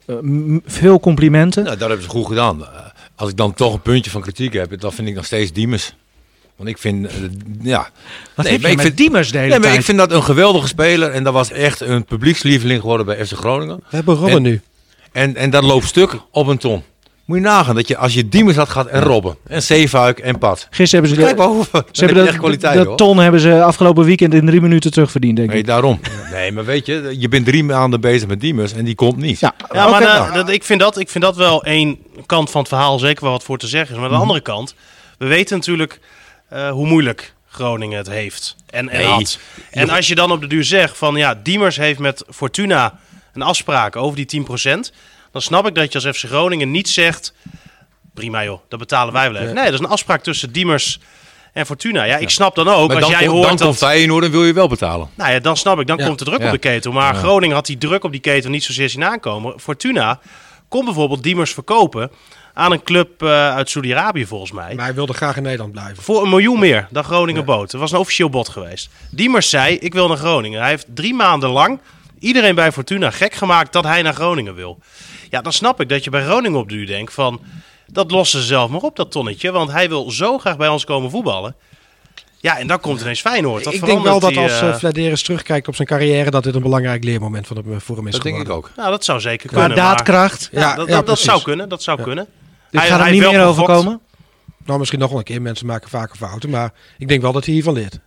veel complimenten? Nou, dat hebben ze goed gedaan. Als ik dan toch een puntje van kritiek heb, dan vind ik nog steeds Diemers. Want ik vind, Diemers de hele tijd? Maar ik vind dat een geweldige speler en dat was echt een publiekslieveling geworden bij FC Groningen. We hebben Robben nu. En dat loopt stuk op een ton. Moet je nagaan dat je als je Diemers had gehad en Robben en Zeefuik en Pat. Gisteren hebben ze de ton hebben ze afgelopen weekend in 3 minuten terugverdiend, denk ik. Nee, daarom. Nee, maar weet je bent 3 maanden bezig met Diemers en die komt niet. Ja, maar ik vind dat wel één kant van het verhaal zeker wel wat voor te zeggen is. Maar aan de andere kant, we weten natuurlijk hoe moeilijk Groningen het heeft en had. En als je dan op de duur zegt van ja, Diemers heeft met Fortuna een afspraak over die 10%. Dan snap ik dat je als FC Groningen niet zegt, prima joh, dat betalen wij wel even. Nee, dat is een afspraak tussen Diemers en Fortuna. Ja, ik snap dan ook, maar als jij hoort dan komt Feyenoord en wil je wel betalen. Nou ja, dan snap ik, dan komt de druk op de ketel. Maar Groningen had die druk op die ketel niet zozeer zien aankomen. Fortuna kon bijvoorbeeld Diemers verkopen aan een club uit Saudi-Arabië volgens mij. Maar hij wilde graag in Nederland blijven. Voor 1 miljoen meer dan Groningen bood. Dat was een officieel bod geweest. Diemers zei, ik wil naar Groningen. Hij heeft 3 maanden lang iedereen bij Fortuna gek gemaakt dat hij naar Groningen wil. Ja, dan snap ik dat je bij Groningen op de duur denkt van, dat lossen ze zelf maar op, dat tonnetje. Want hij wil zo graag bij ons komen voetballen. Ja, en dan komt ineens Feyenoord. Ik denk wel dat als Vladeris terugkijkt op zijn carrière, dat dit een belangrijk leermoment voor hem is geworden. Dat denk ik ook. Nou, dat zou zeker kunnen. Qua daadkracht. Dat zou kunnen, dat zou kunnen. Dit gaat er niet meer overkomen? Nou, misschien nog wel een keer. Mensen maken vaker fouten. Maar ik denk wel dat hij hiervan leert.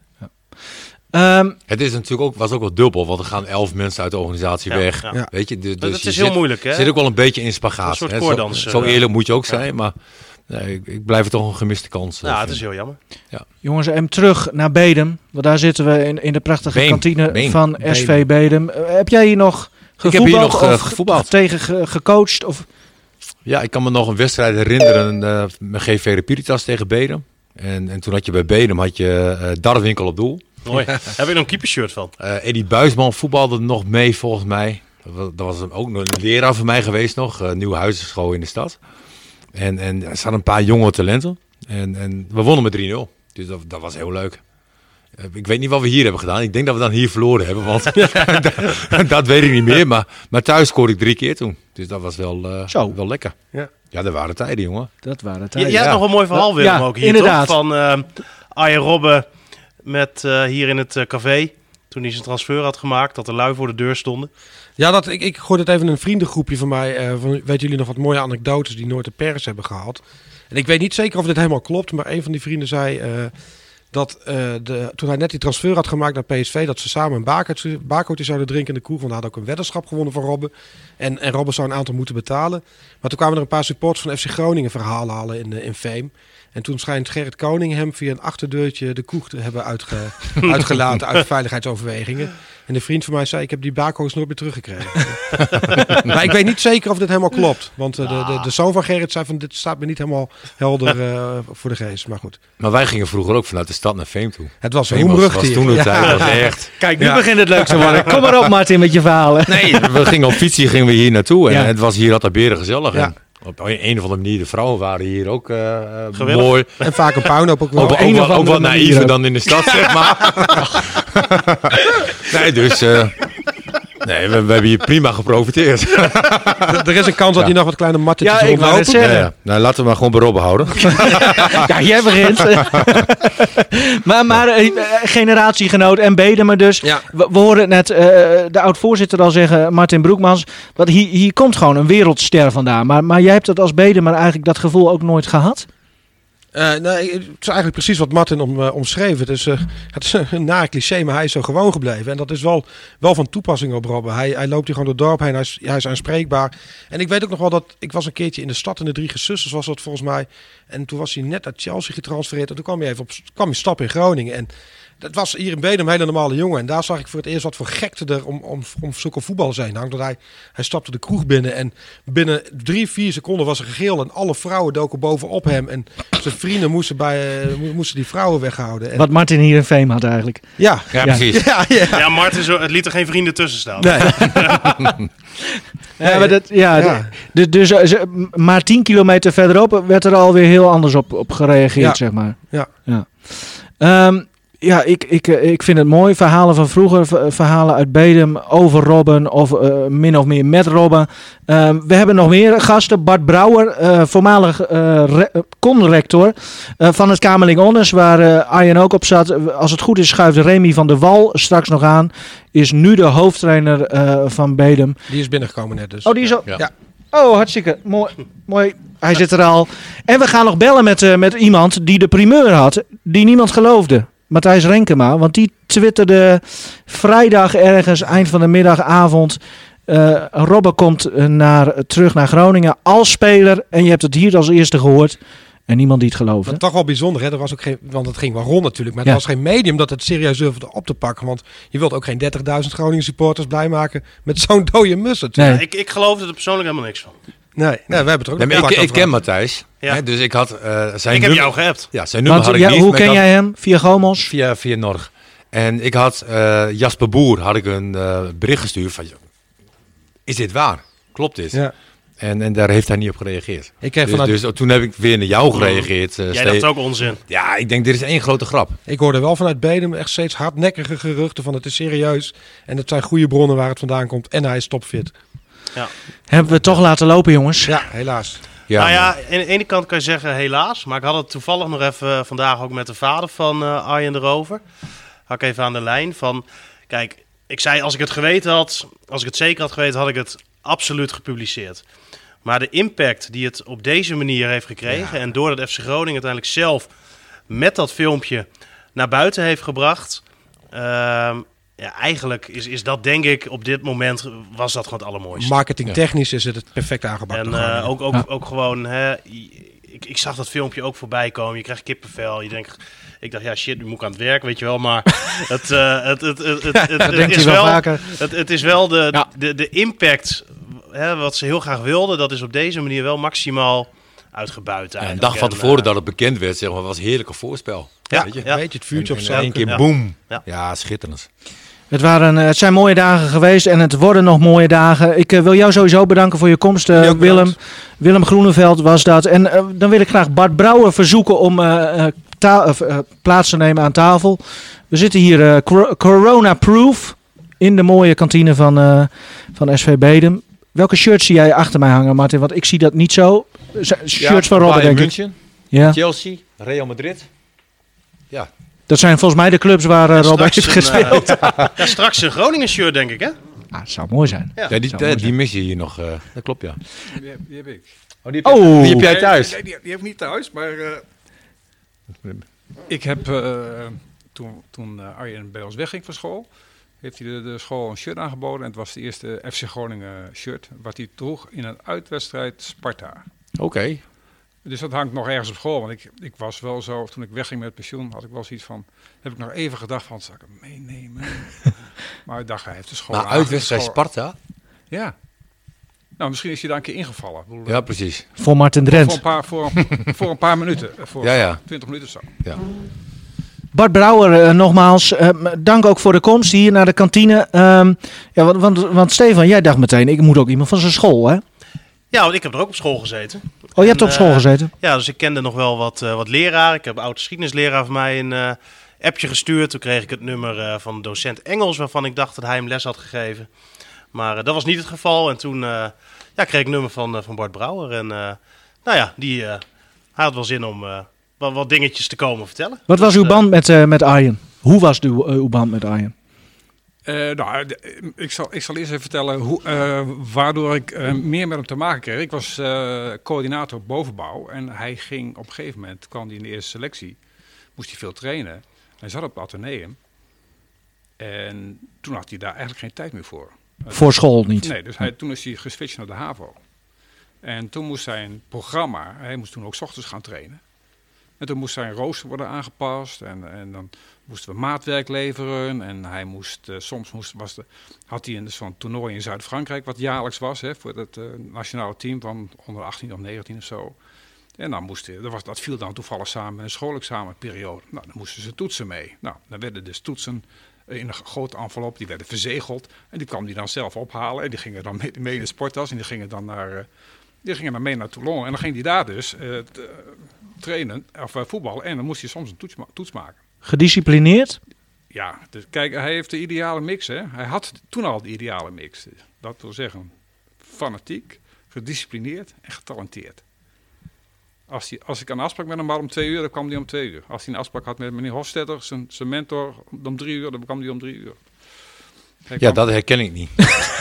Het is natuurlijk was ook wel dubbel, want er gaan 11 mensen uit de organisatie weg. Ja. Weet je, dus dat is heel moeilijk, hè? Zit ook wel een beetje in spagaat. Een soort koordans. Zo eerlijk moet je ook zijn, maar ik blijf het toch een gemiste kans. Ja, het is heel jammer. Ja. Jongens, en terug naar Bedum, want daar zitten we in de prachtige kantine van SV Bedum. Heb jij hier nog gevoetbald? Ik heb hier nog gevoetbald. Tegen gecoacht? Of? Ja, ik kan me nog een wedstrijd herinneren met GV Repiritas tegen Bedum. En toen had je bij Bedum Darwinkel op doel. Mooi. Heb ik nog een keepershirt van? Eddie Buisman voetbalde nog mee volgens mij. Dat was ook nog een leraar van mij geweest nog. Nieuwe huisenschool in de stad. En er zaten een paar jonge talenten. En we wonnen met 3-0. Dus dat was heel leuk. Ik weet niet wat we hier hebben gedaan. Ik denk dat we dan hier verloren hebben. Want dat weet ik niet meer. Maar thuis scoorde ik 3 keer toen. Dus dat was wel lekker. Ja, dat waren tijden, jongen. Dat waren tijden. Je hebt nog een mooi verhaal, Willem, ook hier, inderdaad. Toch? Van Arjen Robben met hier in het café. Toen hij zijn transfer had gemaakt. Dat er lui voor de deur stonden. Ja, ik gooi het even in een vriendengroepje van mij. Weten jullie nog wat mooie anekdotes die nooit de pers hebben gehad? En ik weet niet zeker of dit helemaal klopt. Maar een van die vrienden zei dat toen hij net die transfer had gemaakt naar PSV, dat ze samen een bakertje zouden drinken in de kroeg. Want hij had ook een weddenschap gewonnen van Robben. En Robben zou een aantal moeten betalen. Maar toen kwamen er een paar supporters van FC Groningen verhalen halen in Fame. En toen schijnt Gerrit Koning hem via een achterdeurtje de kroeg te hebben uitgelaten uit veiligheidsoverwegingen. En de vriend van mij zei, ik heb die bako's nooit meer teruggekregen. Maar ik weet niet zeker of dit helemaal klopt. Want de zoon van Gerrit zei van, dit staat me niet helemaal helder voor de geest. Maar goed. Maar wij gingen vroeger ook vanuit de stad naar Fame toe. Het was roemrucht hier. Toen de tijd was echt. Kijk, nu begint het leuk te worden. Kom maar op, Martin, met je verhalen. Nee, we gingen op fietsie hier naartoe. En het was hier altijd beren gezellig. Ja. Op een of andere manier, de vrouwen waren hier ook mooi. En vaak een puinhoop ook wel. Ook wat naïver dan in de stad, zeg maar. Nee, dus Nee, we hebben hier prima geprofiteerd. Er is een kans dat hij nog wat kleine mattetjes ik wou het zeggen. Ja. Nou, laten we maar gewoon bij Robben houden. Ja, jij begint. maar generatiegenoot en Bedemer dus. Ja. We horen net de oud-voorzitter al zeggen, Martin Broekmans. Dat hier komt gewoon een wereldster vandaan. Maar jij hebt het als Bedemer eigenlijk dat gevoel ook nooit gehad? Nee, het is eigenlijk precies wat Martin omschreef. Het is een naar cliché, maar hij is zo gewoon gebleven. En dat is wel van toepassing op Robben. Hij loopt hier gewoon door het dorp heen, hij is aanspreekbaar. En ik weet ook nog wel dat, ik was een keertje in de stad in de 3 Gezusters was dat volgens mij. En toen was hij net uit Chelsea getransfereerd. En toen kwam hij stap in Groningen. En dat was hier in Bedum een hele normale jongen. En daar zag ik voor het eerst wat voor gekte er om zulke voetballers heen hangt. Dat hij stapte de kroeg binnen en binnen 3-4 seconden was er gegil. En alle vrouwen doken bovenop hem. En zijn vrienden moesten die vrouwen weghouden. En... Wat Martin hier in Veem had eigenlijk. Ja, precies. Ja, Martin, het liet er geen vrienden tussen staan. Nee. Maar dus maar 10 kilometer verderop werd er alweer heel anders op gereageerd, zeg maar. Ja, ik vind het mooi. Verhalen van vroeger, verhalen uit Bedum over Robben of min of meer met Robben. We hebben nog meer gasten. Bart Brouwer, voormalig conrector van het Kamerling Onnes, waar Arjen ook op zat. Als het goed is schuift Remy van der Wal straks nog aan. Is nu de hoofdtrainer van Bedum. Die is binnengekomen net dus. Oh, die is al... Ja. Oh, hartstikke mooi. Hij zit er al. En we gaan nog bellen met iemand die de primeur had, die niemand geloofde. Matthijs Renkema, want die twitterde vrijdag ergens, eind van de middagavond. Robben komt terug naar Groningen als speler. En je hebt het hier als eerste gehoord. En niemand die het geloofde. Dat is toch wel bijzonder, hè? Er was ook geen, want het ging wel rond natuurlijk. Maar er was geen medium dat het serieus durfde op te pakken. Want je wilt ook geen 30.000 Groningen supporters blij maken met zo'n dode mus. Nee. Ik geloofde er persoonlijk helemaal niks van. Nee, we hebben het ook nog ik ken Matthijs. Ja. Hè, dus ik had zijn nummer... heb jou geappt. Ja, zijn nummer had ik niet. Hoe ken jij hem? Via Gomos? Via Norg. En ik had Jasper Boer had ik een bericht gestuurd van... Is dit waar? Klopt dit? Ja. En daar heeft hij niet op gereageerd. Dus toen heb ik weer naar jou gereageerd. Jij dacht ook onzin. Ja, ik denk dit is één grote grap. Ik hoorde wel vanuit Bedum echt steeds hardnekkige geruchten van het is serieus. En het zijn goede bronnen waar het vandaan komt. En hij is topfit. Ja. Hebben we het toch laten lopen, jongens? Ja, helaas. Ja, nou ja, aan de ene kant kan je zeggen helaas. Maar ik had het toevallig nog even vandaag ook met de vader van Arjen erover. Had ik even aan de lijn van... Kijk, ik zei als ik het geweten had... Als ik het zeker had geweten, had ik het absoluut gepubliceerd. Maar de impact die het op deze manier heeft gekregen... en doordat FC Groningen uiteindelijk zelf met dat filmpje naar buiten heeft gebracht... eigenlijk is dat denk ik op dit moment was dat gewoon het allermooiste. Marketingtechnisch is het perfect aangepakt. En ook gewoon... Ik zag dat filmpje ook voorbij komen. Je krijgt kippenvel. Ik dacht, ja shit, nu moet ik aan het werk, weet je wel. Maar het is wel de impact wat ze heel graag wilden. Dat is op deze manier wel maximaal uitgebuit. Ja, een dag van tevoren dat het bekend werd, zeg maar, was een heerlijke voorspel. Ja, weet je, een beetje het vuurtje op zo. Eén keer boem. Ja, schitterend. Het zijn mooie dagen geweest en het worden nog mooie dagen. Ik wil jou sowieso bedanken voor je komst, Willem. Willem Groeneveld was dat. En dan wil ik graag Bart Brouwer verzoeken om plaats te nemen aan tafel. We zitten hier corona-proof in de mooie kantine van SV Bedum. Welke shirt zie jij achter mij hangen, Martin? Want ik zie dat niet zo. Shirts van Robben, denk ik. Ja. Chelsea, Real Madrid. Ja. Dat zijn volgens mij de clubs waar Robben heeft gespeeld. Straks een Groningen shirt, denk ik, hè? Ah, het zou mooi zijn. Ja, die mis je hier nog. Dat klopt, ja. Die heb ik. Die heb jij thuis? Nee, die heb ik niet thuis, maar... ik heb... toen Arjen bij ons wegging van school... heeft hij de school een shirt aangeboden. En het was de eerste FC Groningen shirt... wat hij droeg in een uitwedstrijd Sparta. Oké. Dus dat hangt nog ergens op school. Want ik was wel zo, toen ik wegging met pensioen, had ik wel zoiets van... Heb ik nog even gedacht van, zal ik hem meenemen? Maar ik dacht, hij heeft de school... Maar uitwedstrijd Sparta? Ja. Nou, misschien is hij daar een keer ingevallen. Ja, precies. Voor Martin Drent. Voor een paar minuten. Voor 20 minuten of zo. Ja. Bart Brouwer, nogmaals, dank ook voor de komst hier naar de kantine. Want Stefan, jij dacht meteen, ik moet ook iemand van zijn school, hè? Ja, want ik heb er ook op school gezeten. Oh, je hebt op school gezeten? Ja, dus ik kende nog wel wat leraren. Ik heb een oud-geschiedenisleraar van mij een appje gestuurd. Toen kreeg ik het nummer van docent Engels, waarvan ik dacht dat hij hem les had gegeven. Maar dat was niet het geval. En toen kreeg ik nummer van Bart Brouwer. En hij had wel zin om wat dingetjes te komen vertellen. Wat was uw band met Arjen? Hoe was uw band met Arjen? Ik zal eerst even vertellen waardoor ik meer met hem te maken kreeg. Ik was coördinator bovenbouw en hij ging op een gegeven moment, kwam hij in de eerste selectie, moest hij veel trainen. Hij zat op het ateneum en toen had hij daar eigenlijk geen tijd meer voor. Voor school niet? Nee, dus toen is hij geswitcht naar de HAVO. En toen moest zijn programma, hij moest toen ook 's ochtends gaan trainen. En toen moest zijn rooster worden aangepast en dan moesten we maatwerk leveren. En hij moest, had hij zo'n toernooi in Zuid-Frankrijk wat jaarlijks was, voor het nationale team van onder 18 of 19 of zo. En dan dat viel dan toevallig samen met een schoolexamenperiode. Nou, dan moesten ze toetsen mee. Nou, dan werden dus toetsen in een grote envelop, die werden verzegeld. En die kwam hij dan zelf ophalen. En die gingen dan mee in de sporttas en die gingen dan mee naar Toulon. En dan ging hij daar dus trainen of voetballen. En dan moest hij soms een toets maken. Gedisciplineerd? Ja, dus kijk, hij heeft de ideale mix. Hè. Hij had toen al de ideale mix. Dat wil zeggen, fanatiek, gedisciplineerd en getalenteerd. Als ik een afspraak met hem had om 2 uur, dan kwam hij om 2 uur. Als hij een afspraak had met meneer Hofstetter, zijn mentor, om 3 uur, dan kwam hij om 3 uur. Dat herken ik niet.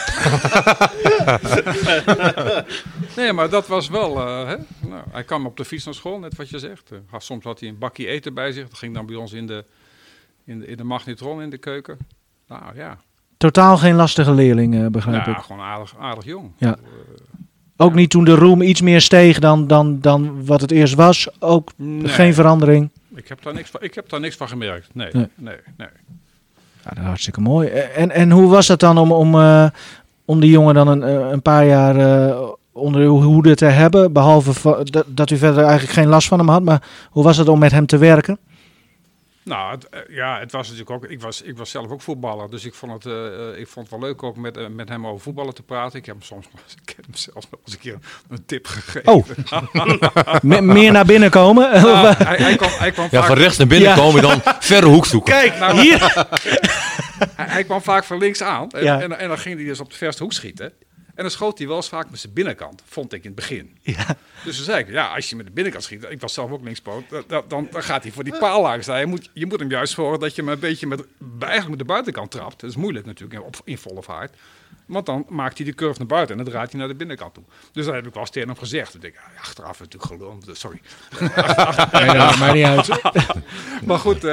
Nee, maar dat was wel... hij kwam op de fiets naar school, net wat je zegt. Soms had hij een bakje eten bij zich. Dat ging dan bij ons in de magnetron in de keuken. Nou ja. Totaal geen lastige leerling, begrijp ik. Ja, gewoon aardig jong. Ja. Ook niet toen de roem iets meer steeg dan wat het eerst was? Ook geen verandering? Ik heb daar niks van gemerkt. Nee. Ja, dat is hartstikke mooi. En hoe was dat dan om die jongen dan een paar jaar onder uw hoede te hebben? Behalve dat u verder eigenlijk geen last van hem had. Maar hoe was het om met hem te werken? Nou, het was natuurlijk ook... Ik was zelf ook voetballer. Dus ik vond het wel leuk ook met hem over voetballen te praten. Ik heb hem zelfs nog eens een keer een tip gegeven. Oh, meer naar binnen komen? Hij kwam van rechts naar binnen komen dan verre hoek zoeken. Kijk, hier! Hij kwam vaak van links aan. En dan ging hij dus op de verste hoek schieten. En dan schoot hij wel eens vaak met zijn binnenkant, vond ik in het begin. Ja. Dus toen zei ik, als je met de binnenkant schiet, ik was zelf ook linkspoot, dan gaat hij voor die paal langs staan. Je moet hem juist zorgen dat je hem een beetje eigenlijk met de buitenkant trapt. Dat is moeilijk natuurlijk, in volle vaart. Want dan maakt hij de curve naar buiten en dan draait hij naar de binnenkant toe. Dus dat heb ik wel eens tegen hem gezegd. Ik denk, achteraf natuurlijk gelul, sorry. Ja, maakt niet uit. Maar goed,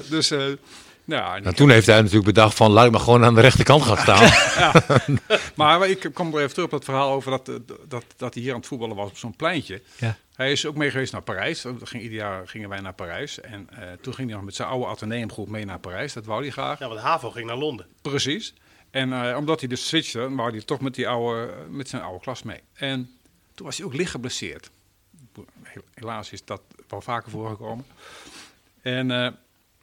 toen heeft hij natuurlijk bedacht van, laat ik maar gewoon aan de rechterkant gaan staan. Maar ik kom er even terug op dat verhaal over dat hij hier aan het voetballen was op zo'n pleintje. Ja. Hij is ook mee geweest naar Parijs. Ieder jaar gingen wij naar Parijs. En toen ging hij nog met zijn oude ateneumgroep mee naar Parijs. Dat wou hij graag. Ja, want HAVO ging naar Londen. Precies. En omdat hij dus switchte, wou hij toch met zijn oude klas mee. En toen was hij ook licht geblesseerd. Helaas is dat wel vaker voorgekomen. En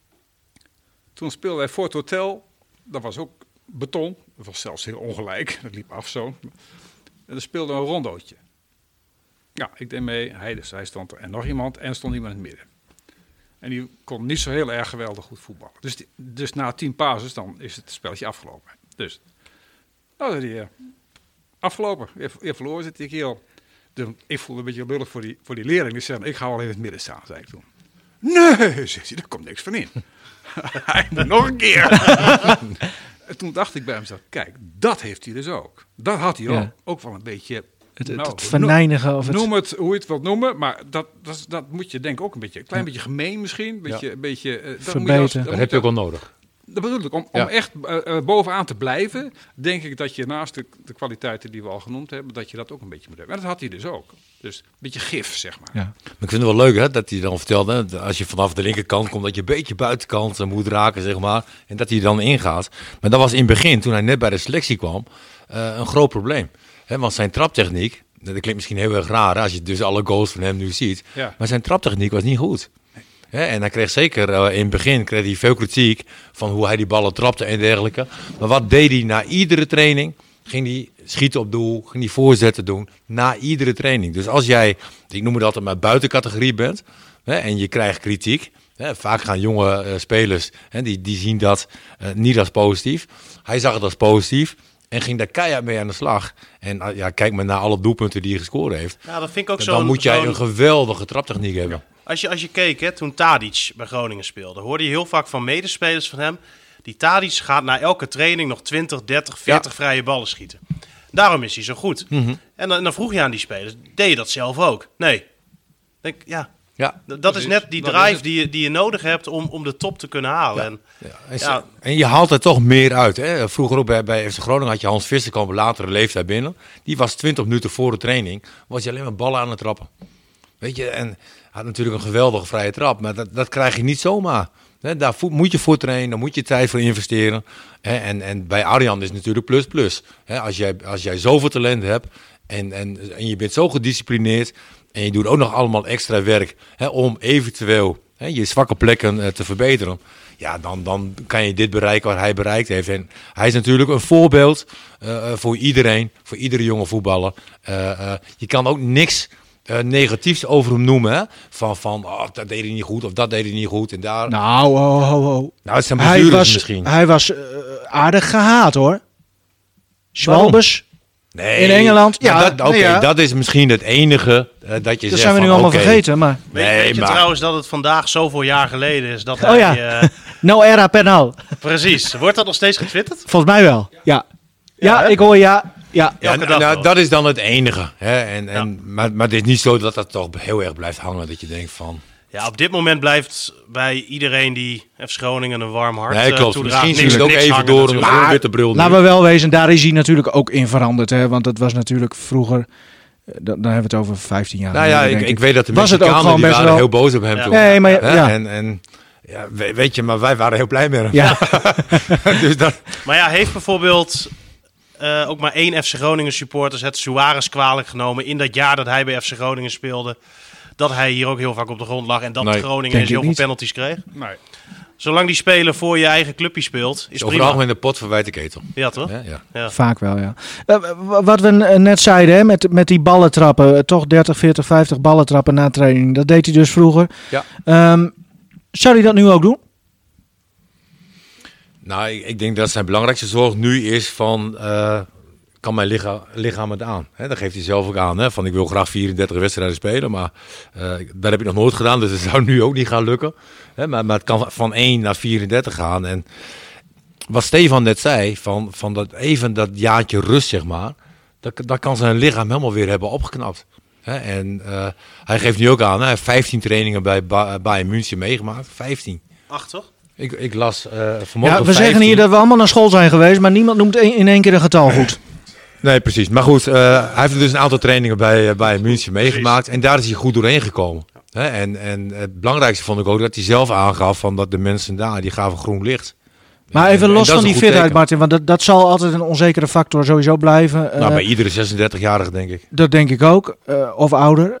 toen speelde hij voor het hotel. Dat was ook beton. Dat was zelfs heel ongelijk. Dat liep af zo. En er speelde een rondootje. Ja, ik deed mee. Hij stond er. En nog iemand. En stond iemand in het midden. En die kon niet zo heel erg geweldig goed voetballen. Dus na 10 passes dan is het spelletje afgelopen. Dus, nou zei hij, afgelopen. Je verloren zit ik hier. Ik voelde een beetje lullig voor die leerling. Die zei, ik ga wel even in het midden staan, zei ik toen. Nee, zegt hij, daar komt niks van in. Hij moet nog een keer. En toen dacht ik bij hem, kijk, dat heeft hij dus ook. Dat had hij ook. Ook wel een beetje... Het verneinigen of noem het hoe je het wilt noemen, maar dat moet je denk ik ook een klein beetje gemeen misschien. Dat heb je ook wel nodig. Dat bedoel ik, om echt bovenaan te blijven, denk ik dat je naast de kwaliteiten die we al genoemd hebben, dat je dat ook een beetje moet hebben. En dat had hij dus ook. Dus een beetje gif, zeg maar. Ja. Maar ik vind het wel leuk hè, dat hij dan vertelde, als je vanaf de linkerkant komt, dat je een beetje buitenkant moet raken, zeg maar. En dat hij dan ingaat. Maar dat was in het begin, toen hij net bij de selectie kwam, een groot probleem. He, want zijn traptechniek, dat klinkt misschien heel erg raar als je dus alle goals van hem nu ziet. Ja. Maar zijn traptechniek was niet goed. He, en hij kreeg zeker in het begin veel kritiek van hoe hij die ballen trapte en dergelijke. Maar wat deed hij na iedere training? Ging hij schieten op doel, ging hij voorzetten doen na iedere training. Dus als jij, ik noem het altijd maar buitencategorie bent en je krijgt kritiek. Vaak gaan jonge spelers, die zien dat niet als positief. Hij zag het als positief. En ging daar keihard mee aan de slag. En kijk maar naar alle doelpunten die hij gescoord heeft. Ja, dat vind ik ook Dan moet jij een geweldige traptechniek hebben. Als je keek, hè, toen Tadic bij Groningen speelde, hoorde je heel vaak van medespelers van hem. Die Tadic gaat na elke training nog 20, 30, 40 vrije ballen schieten. Daarom is hij zo goed. Mm-hmm. En dan vroeg je aan die spelers, deed je dat zelf ook? Nee. Denk, dat is net die drive die je nodig hebt om de top te kunnen halen. En je haalt er toch meer uit. Hè? Vroeger ook bij FC Groningen had je Hans Visser, kwam op latere leeftijd binnen. Die was 20 minuten voor de training, was je alleen maar ballen aan het trappen. Weet je, en had natuurlijk een geweldige vrije trap, maar dat krijg je niet zomaar. Daar moet je voor trainen, daar moet je tijd voor investeren. En bij Arjan is het natuurlijk plus. Als jij zoveel talent hebt en je bent zo gedisciplineerd en je doet ook nog allemaal extra werk om eventueel je zwakke plekken te verbeteren. Ja, dan kan je dit bereiken wat hij bereikt heeft. En hij is natuurlijk een voorbeeld voor iedereen, voor iedere jonge voetballer. Je kan ook niks negatiefs over hem noemen. Hè? Van dat deed hij niet goed of dat deed hij niet goed. En daar... Nou, Nou, het zijn blessures misschien. Hij was aardig gehaat, hoor. Schwalbes. Nee, in Engeland. Ja, dat is misschien het enige dat je zegt. Dat zijn we nu allemaal vergeten, maar... Weet je trouwens dat het vandaag zoveel jaar geleden is dat hij... No era penal. Precies. Wordt dat nog steeds getwitterd? Volgens mij wel, ja. Ik hoor ja. Ja, dat is dan het enige. Hè? Maar het is niet zo dat dat toch heel erg blijft hangen. Dat je denkt van... Ja, op dit moment blijft bij iedereen die FC Groningen een warm hart klopt. toedraagt. Misschien is het ook even door een witte bril. Laten we wel wezen, daar is hij natuurlijk ook in veranderd. Hè? Want het was natuurlijk vroeger... Dan hebben we het over 15 jaar. Nou ja, ik weet dat de Mexicanen die waren heel boos op hem toen. Nee, maar ja, weet je, maar wij waren heel blij met hem. Ja. Dus dat... Maar ja, heeft bijvoorbeeld... ook maar 1 FC Groningen supporters het Suarez kwalijk genomen in dat jaar dat hij bij FC Groningen speelde. Dat hij hier ook heel vaak op de grond lag en dat Groningen eens heel veel penalties kreeg. Nee. Zolang die speler voor je eigen clubje speelt, is prima. Overal in de pot verwijt de ketel. Ja, toch? Ja. Vaak wel, ja. Wat we net zeiden, hè, met die ballentrappen, toch 30, 40, 50 ballentrappen na training. Dat deed hij dus vroeger. Ja. Zou hij dat nu ook doen? Nou, ik denk dat zijn belangrijkste zorg nu is van... kan mijn lichaam het aan? Hè, dat geeft hij zelf ook aan. Hè, van ik wil graag 34 wedstrijden spelen, maar dat heb ik nog nooit gedaan. Dus het zou nu ook niet gaan lukken. Hè, maar het kan van 1 naar 34 gaan. En wat Stefan net zei, van dat jaartje rust, zeg maar. Dat kan zijn lichaam helemaal weer hebben opgeknapt. Hè, en hij geeft nu ook aan, hij heeft 15 trainingen bij Bayern München meegemaakt. 15. 8, toch? Ik las vanmorgen. Ja, we zeggen hier dat we allemaal naar school zijn geweest, maar niemand noemt in één keer een getal goed. Nee, precies. Maar goed, hij heeft dus een aantal trainingen bij München meegemaakt. En daar is hij goed doorheen gekomen. En het belangrijkste vond ik ook dat hij zelf aangaf van dat de mensen daar, die gaven groen licht. Maar even los van die fitheid, Martin, want dat zal altijd een onzekere factor sowieso blijven. Nou, bij iedere 36-jarige denk ik. Dat denk ik ook, of ouder.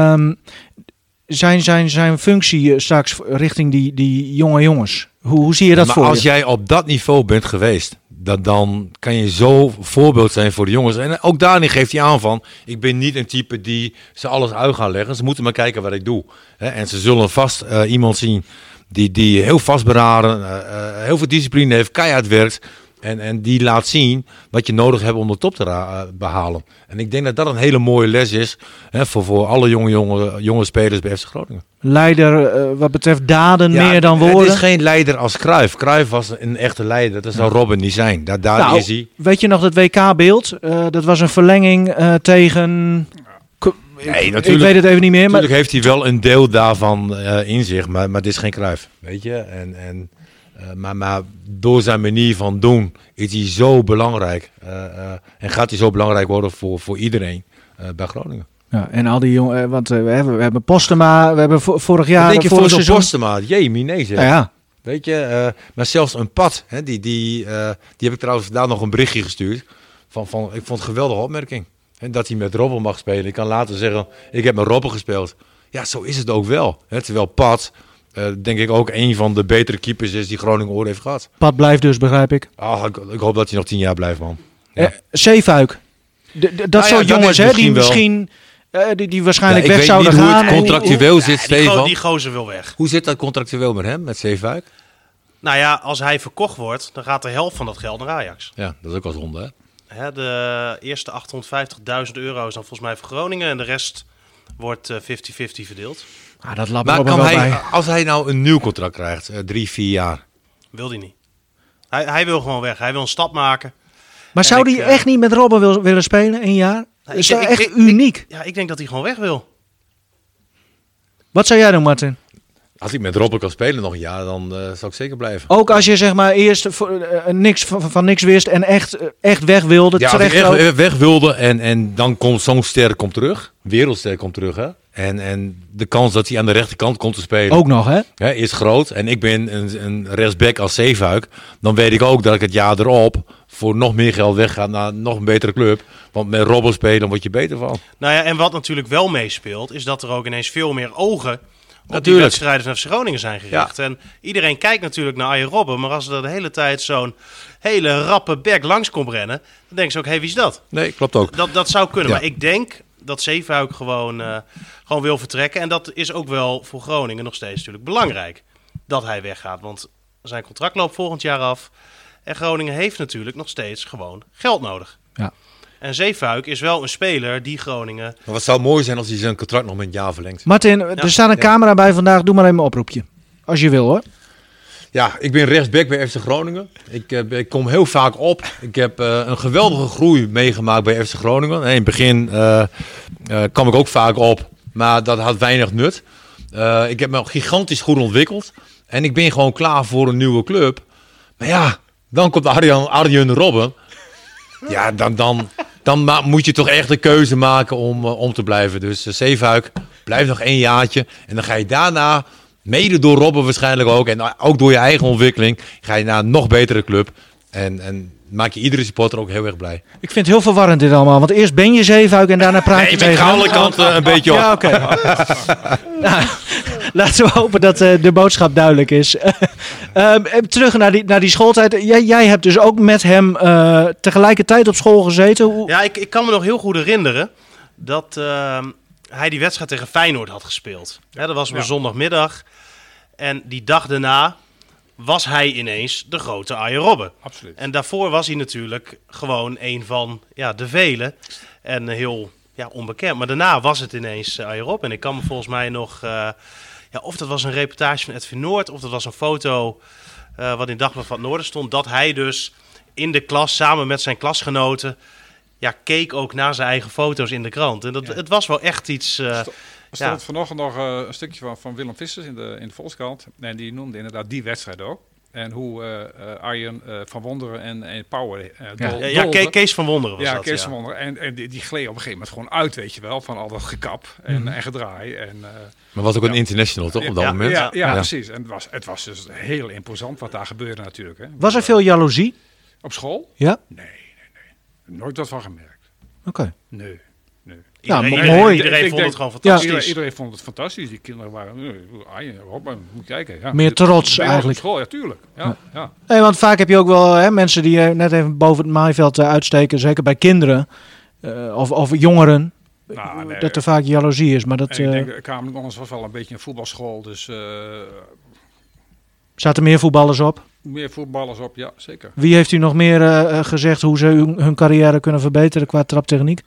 Zijn functie straks richting die jonge jongens, hoe zie je dat voor je? Maar als jij op dat niveau bent geweest, dan kan je zo voorbeeld zijn voor de jongens. En ook daarin geeft hij aan van, ik ben niet een type die ze alles uit gaan leggen. Ze moeten maar kijken wat ik doe. En ze zullen vast iemand zien die heel vastberaden, heel veel discipline heeft, keihard werkt. En die laat zien wat je nodig hebt om de top te behalen. En ik denk dat dat een hele mooie les is voor alle jonge spelers bij FC Groningen. Leider wat betreft daden meer dan woorden? Het is geen leider als Cruijff. Cruijff was een echte leider. Dat zou Robben niet zijn. Daar is hij. Weet je nog dat WK-beeld? Dat was een verlenging tegen... Nee, natuurlijk, ik weet het even niet meer. Natuurlijk heeft hij wel een deel daarvan in zich. Maar het is geen Cruijff. Weet je? Maar door zijn manier van doen is hij zo belangrijk. En gaat hij zo belangrijk worden voor iedereen bij Groningen. Ja, en al die jongen, want we hebben Postema, we hebben vorig jaar... Wat denk je voor zo'n Postema? Nee zeg. Ja. Weet je, maar zelfs een Pad, hè, die heb ik trouwens vandaag nog een berichtje gestuurd. Ik vond het een geweldige opmerking. En dat hij met Robben mag spelen. Ik kan later zeggen, ik heb met Robben gespeeld. Ja, zo is het ook wel. Hè, terwijl Pad... denk ik ook een van de betere keepers is die Groningen ooit heeft gehad. Pad blijft dus, begrijp ik. Ik hoop dat hij nog 10 jaar blijft, man. Ja. Zeefuik. Dat soort jongens, hè, die misschien... die waarschijnlijk weg zouden gaan. Ik weet niet hoe het contractueel zit, Stefan. Die gozer wil weg. Hoe zit dat contractueel met hem, met Zeefuik? Nou ja, als hij verkocht wordt, dan gaat de helft van dat geld naar Ajax. Ja, dat is ook wel zonde, hè? De eerste €850.000 is dan volgens mij voor Groningen. En de rest wordt 50-50 verdeeld. Dat laat maar kan hij, bij. Als hij nou een nieuw contract krijgt, 3-4 jaar? Wil hij niet. Hij wil gewoon weg. Hij wil een stap maken. Maar zou hij echt niet met Robben willen spelen 1 jaar? Dat is echt uniek. Ik denk dat hij gewoon weg wil. Wat zou jij doen, Martin? Als ik met Robben kan spelen nog een jaar, dan zou ik zeker blijven. Ook als je zeg maar eerst niks van niks wist en echt weg wilde. Ja, als ik echt weg wilde en dan komt zo'n ster terug. Wereldster komt terug, hè. En de kans dat hij aan de rechterkant komt te spelen... Ook nog, hè? Is groot. En ik ben een rechtsback als Zeefuik. Dan weet ik ook dat ik het jaar erop voor nog meer geld wegga naar nog een betere club. Want met Robben spelen word je beter van. Nou ja, en wat natuurlijk wel meespeelt, is dat er ook ineens veel meer ogen op die wedstrijden van FC Groningen zijn gericht. Ja. En iedereen kijkt natuurlijk naar Arjen Robben, maar als er de hele tijd zo'n hele rappe back langs komt rennen, dan denken ze ook, wie is dat? Nee, klopt ook. Dat zou kunnen, maar ik denk dat Zeefuik gewoon wil vertrekken. En dat is ook wel voor Groningen nog steeds natuurlijk belangrijk, dat hij weggaat. Want zijn contract loopt volgend jaar af en Groningen heeft natuurlijk nog steeds gewoon geld nodig. Ja. En Zeefuik is wel een speler die Groningen... Maar wat zou mooi zijn als hij zijn contract nog met een jaar verlengt. Martin, er staat een camera bij vandaag. Doe maar even een oproepje. Als je wil, hoor. Ja, ik ben rechtsback bij FC Groningen. Ik kom heel vaak op. Ik heb een geweldige groei meegemaakt bij FC Groningen. In het begin kwam ik ook vaak op, maar dat had weinig nut. Ik heb me gigantisch goed ontwikkeld. En ik ben gewoon klaar voor een nieuwe club. Maar ja, dan komt Arjen Robben. Ja, dan moet je toch echt een keuze maken om te blijven. Dus Zeefuik, blijf nog 1 jaartje. En dan ga je daarna, mede door Robben waarschijnlijk ook, en ook door je eigen ontwikkeling, ga je naar een nog betere club. En maak je iedere supporter ook heel erg blij. Ik vind het heel verwarrend dit allemaal. Want eerst ben je Zeefuik en daarna praat je tegen alle kanten een beetje op. Ja, oké. Nou, laten we hopen dat de boodschap duidelijk is. Terug naar die schooltijd. Jij hebt dus ook met hem tegelijkertijd op school gezeten. Ja, ik kan me nog heel goed herinneren dat hij die wedstrijd tegen Feyenoord had gespeeld. Ja, dat was op zondagmiddag. En die dag daarna was hij ineens de grote Arjen Robben. Absoluut. En daarvoor was hij natuurlijk gewoon een van de velen. En heel onbekend. Maar daarna was het ineens Arjen Robben. En ik kan me volgens mij nog... of dat was een reportage van Edwin Noord, of dat was een foto wat in Dagblad van het Noorden stond, dat hij dus in de klas samen met zijn klasgenoten keek ook naar zijn eigen foto's in de krant. En het was wel echt iets... Er stond vanochtend nog een stukje van Willem Vissers in de Volkskrant. En die noemde inderdaad die wedstrijd ook. En hoe Arjen van Wonderen en Power Kees van Wonderen was dat. Ja, Kees van Wonderen. En die gleed op een gegeven moment gewoon uit, weet je wel. Van al dat gekap en gedraai. Maar was ook een international, toch, op dat moment? Ja, precies. En het was dus heel imposant wat daar gebeurde natuurlijk. Hè. Was er veel jaloezie? Op school? Ja? Nee. Nooit wat van gemerkt. Oké. Nee. Iedereen vond het gewoon fantastisch. Ja. Iedereen vond het fantastisch. Die kinderen waren... moet kijken. Ja. Meer trots eigenlijk. School, ja, tuurlijk. Ja. Nee, want vaak heb je ook wel mensen die net even boven het maaiveld uitsteken. Zeker bij kinderen. Of jongeren. Dat er vaak jaloezie is. Maar dat, ik denk, Kamerlingons was wel een beetje een voetbalschool. Dus... Zaten meer voetballers op? Meer voetballers op, ja, zeker. Wie heeft u nog meer gezegd hoe ze hun carrière kunnen verbeteren qua traptechniek?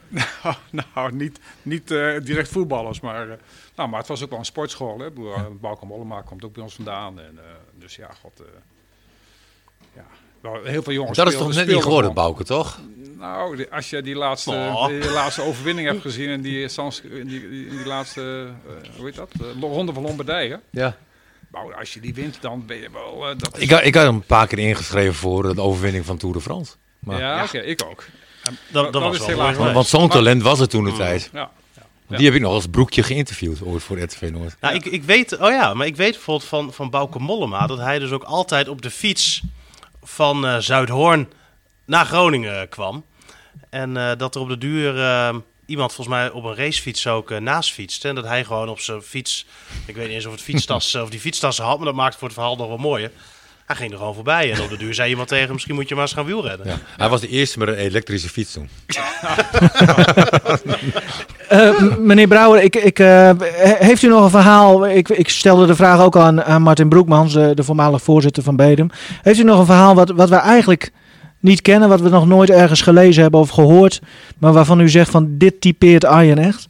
Niet direct voetballers, maar het was ook wel een sportschool. Hè? Bauke Mollema komt ook bij ons vandaan. En, dus ja, heel veel jongens. Dat is toch net niet geworden, Bauke, toch? Nou, als je die laatste overwinning hebt gezien en die laatste, hoe heet dat? Ronde van Lombardije. Ja. Nou, als je die wint, dan ben je wel... Ik had hem een paar keer ingeschreven voor de overwinning van Tour de France. Maar, oké, ik ook. Dat was is helaas. Want zo'n talent was het toen de tijd. Ja. Die heb ik nog als broekje geïnterviewd ooit voor RTV Noord. Nou, ik weet bijvoorbeeld van Bauke Mollema dat hij dus ook altijd op de fiets van Zuidhoorn naar Groningen kwam. En dat er op de duur... iemand volgens mij op een racefiets ook naast fietste. En dat hij gewoon op zijn fiets... Ik weet niet eens of het fietstas of die fietstassen had, maar dat maakt voor het verhaal nog wel mooier. Hij ging er gewoon voorbij. En op de duur zei iemand tegen hem, misschien moet je maar eens gaan wielrennen. Ja. Hij was de eerste met een elektrische fiets toen. Meneer Brouwer, heeft u nog een verhaal? Ik stelde de vraag ook aan Martin Broekmans, de voormalig voorzitter van Bedum. Heeft u nog een verhaal wat we eigenlijk niet kennen, wat we nog nooit ergens gelezen hebben of gehoord, maar waarvan u zegt van dit typeert Arjen echt?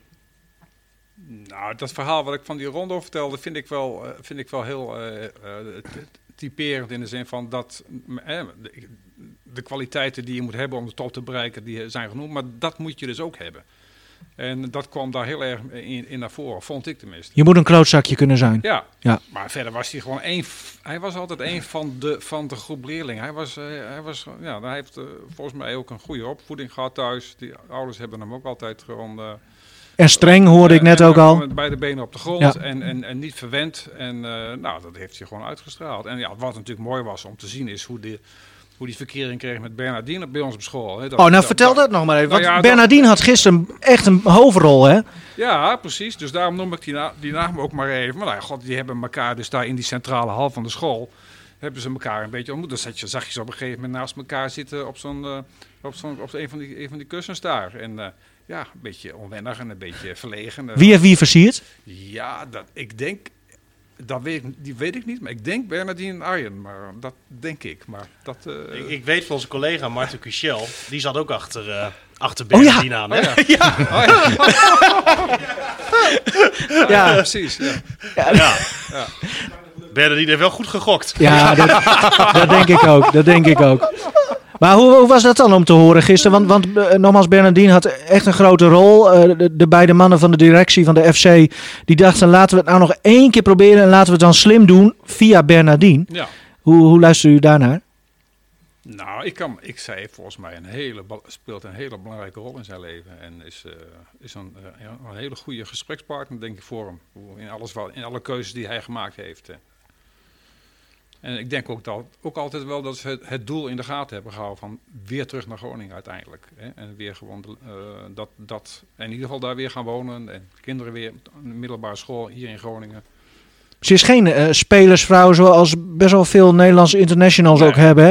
Nou, dat verhaal wat ik van die Rondo vertelde vind ik wel heel typerend in de zin van dat de kwaliteiten die je moet hebben om de top te bereiken, die zijn genoemd, maar dat moet je dus ook hebben. En dat kwam daar heel erg in naar voren, vond ik tenminste. Je moet een klootzakje kunnen zijn. Ja. Maar verder was hij gewoon hij was altijd een van de groep leerlingen. Hij heeft volgens mij ook een goede opvoeding gehad thuis. Die ouders hebben hem ook altijd gewoon... en streng hoorde ik net ook al. Bij de benen op de grond en niet verwend. En dat heeft hij gewoon uitgestraald. En ja, wat natuurlijk mooi was om te zien is hoe die verkering kreeg met Bernardine bij ons op school. Hè. Vertel dat nog maar even. Want Bernardine had gisteren echt een hoofdrol, hè? Ja, precies. Dus daarom noem ik die naam ook maar even. Maar die hebben elkaar dus daar in die centrale hal van de school... hebben ze elkaar een beetje ontmoet. Dan zag je ze op een gegeven moment naast elkaar zitten op een van die kussens daar. En een beetje onwennig en een beetje verlegen. Wie heeft wie versierd? Ja, ik denk... Die weet ik niet, maar ik denk Bernardine en Arjen, maar dat denk ik. Maar dat, ik weet van onze collega Marten Cuchel, die zat ook achter Bernardine aan. Hè? Ja, precies. Ja. Bernardine heeft wel goed gegokt. Ja, dat denk ik ook. Maar hoe was dat dan om te horen gisteren? Want nogmaals, Bernardine had echt een grote rol. De beide mannen van de directie van de FC... die dachten, laten we het nou nog 1 keer proberen... en laten we het dan slim doen via Bernardine. Ja. Hoe luistert u daarnaar? Nou, ik zei volgens mij speelt een hele belangrijke rol in zijn leven. En is een hele goede gesprekspartner, denk ik, voor hem. In alle keuzes die hij gemaakt heeft. En ik denk ook altijd wel dat ze het doel in de gaten hebben gehouden van weer terug naar Groningen uiteindelijk. Hè? En weer gewoon in ieder geval daar weer gaan wonen en kinderen weer een middelbare school hier in Groningen. Ze is geen spelersvrouw zoals best wel veel Nederlandse internationals ook hebben.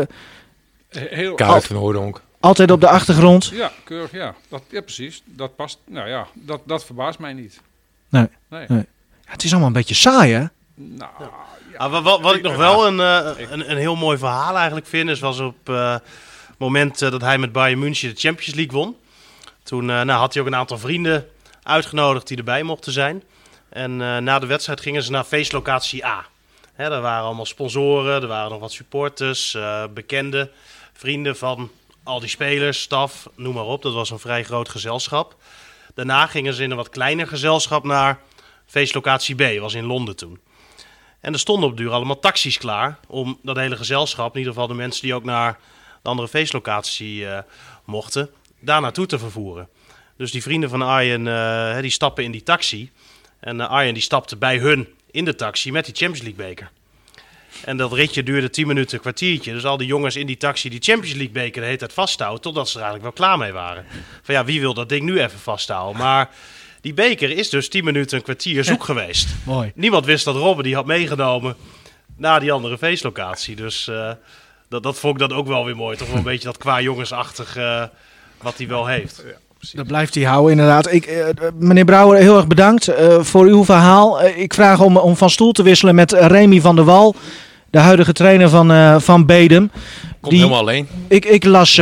Hè? Kaart van Hoordonk. Altijd op de achtergrond. Ja, keurig, ja. Precies. Dat past. Nou ja, dat verbaast mij niet. Nee. Ja, het is allemaal een beetje saai, hè? Nou... Wat ik nog wel een heel mooi verhaal eigenlijk vind... was op het moment dat hij met Bayern München de Champions League won. Toen had hij ook een aantal vrienden uitgenodigd die erbij mochten zijn. En na de wedstrijd gingen ze naar feestlocatie A. Daar waren allemaal sponsoren, er waren nog wat supporters, bekende vrienden van al die spelers, staf, noem maar op. Dat was een vrij groot gezelschap. Daarna gingen ze in een wat kleiner gezelschap naar feestlocatie B. Dat was in Londen toen. En er stonden op de duur allemaal taxis klaar om dat hele gezelschap, in ieder geval de mensen die ook naar de andere feestlocatie mochten, daar naartoe te vervoeren. Dus die vrienden van Arjen, die stappen in die taxi. En Arjen die stapte bij hun in de taxi met die Champions League beker. En dat ritje duurde 10 minuten, een kwartiertje. Dus al die jongens in die taxi die Champions League beker de hele tijd vasthouden, totdat ze er eigenlijk wel klaar mee waren. Van ja, wie wil dat ding nu even vasthouden? Maar... die beker is dus 10 minuten, een kwartier zoek geweest. Mooi. Niemand wist dat Robben die had meegenomen naar die andere feestlocatie. Dus dat vond ik dan ook wel weer mooi. Toch wel een beetje dat qua jongensachtig wat hij wel heeft. Ja, dat blijft hij houden, inderdaad. Meneer Brouwer, heel erg bedankt voor uw verhaal. Ik vraag om van stoel te wisselen met Remy van der Wal, de huidige trainer van Bedum. Komt helemaal alleen. Ik las...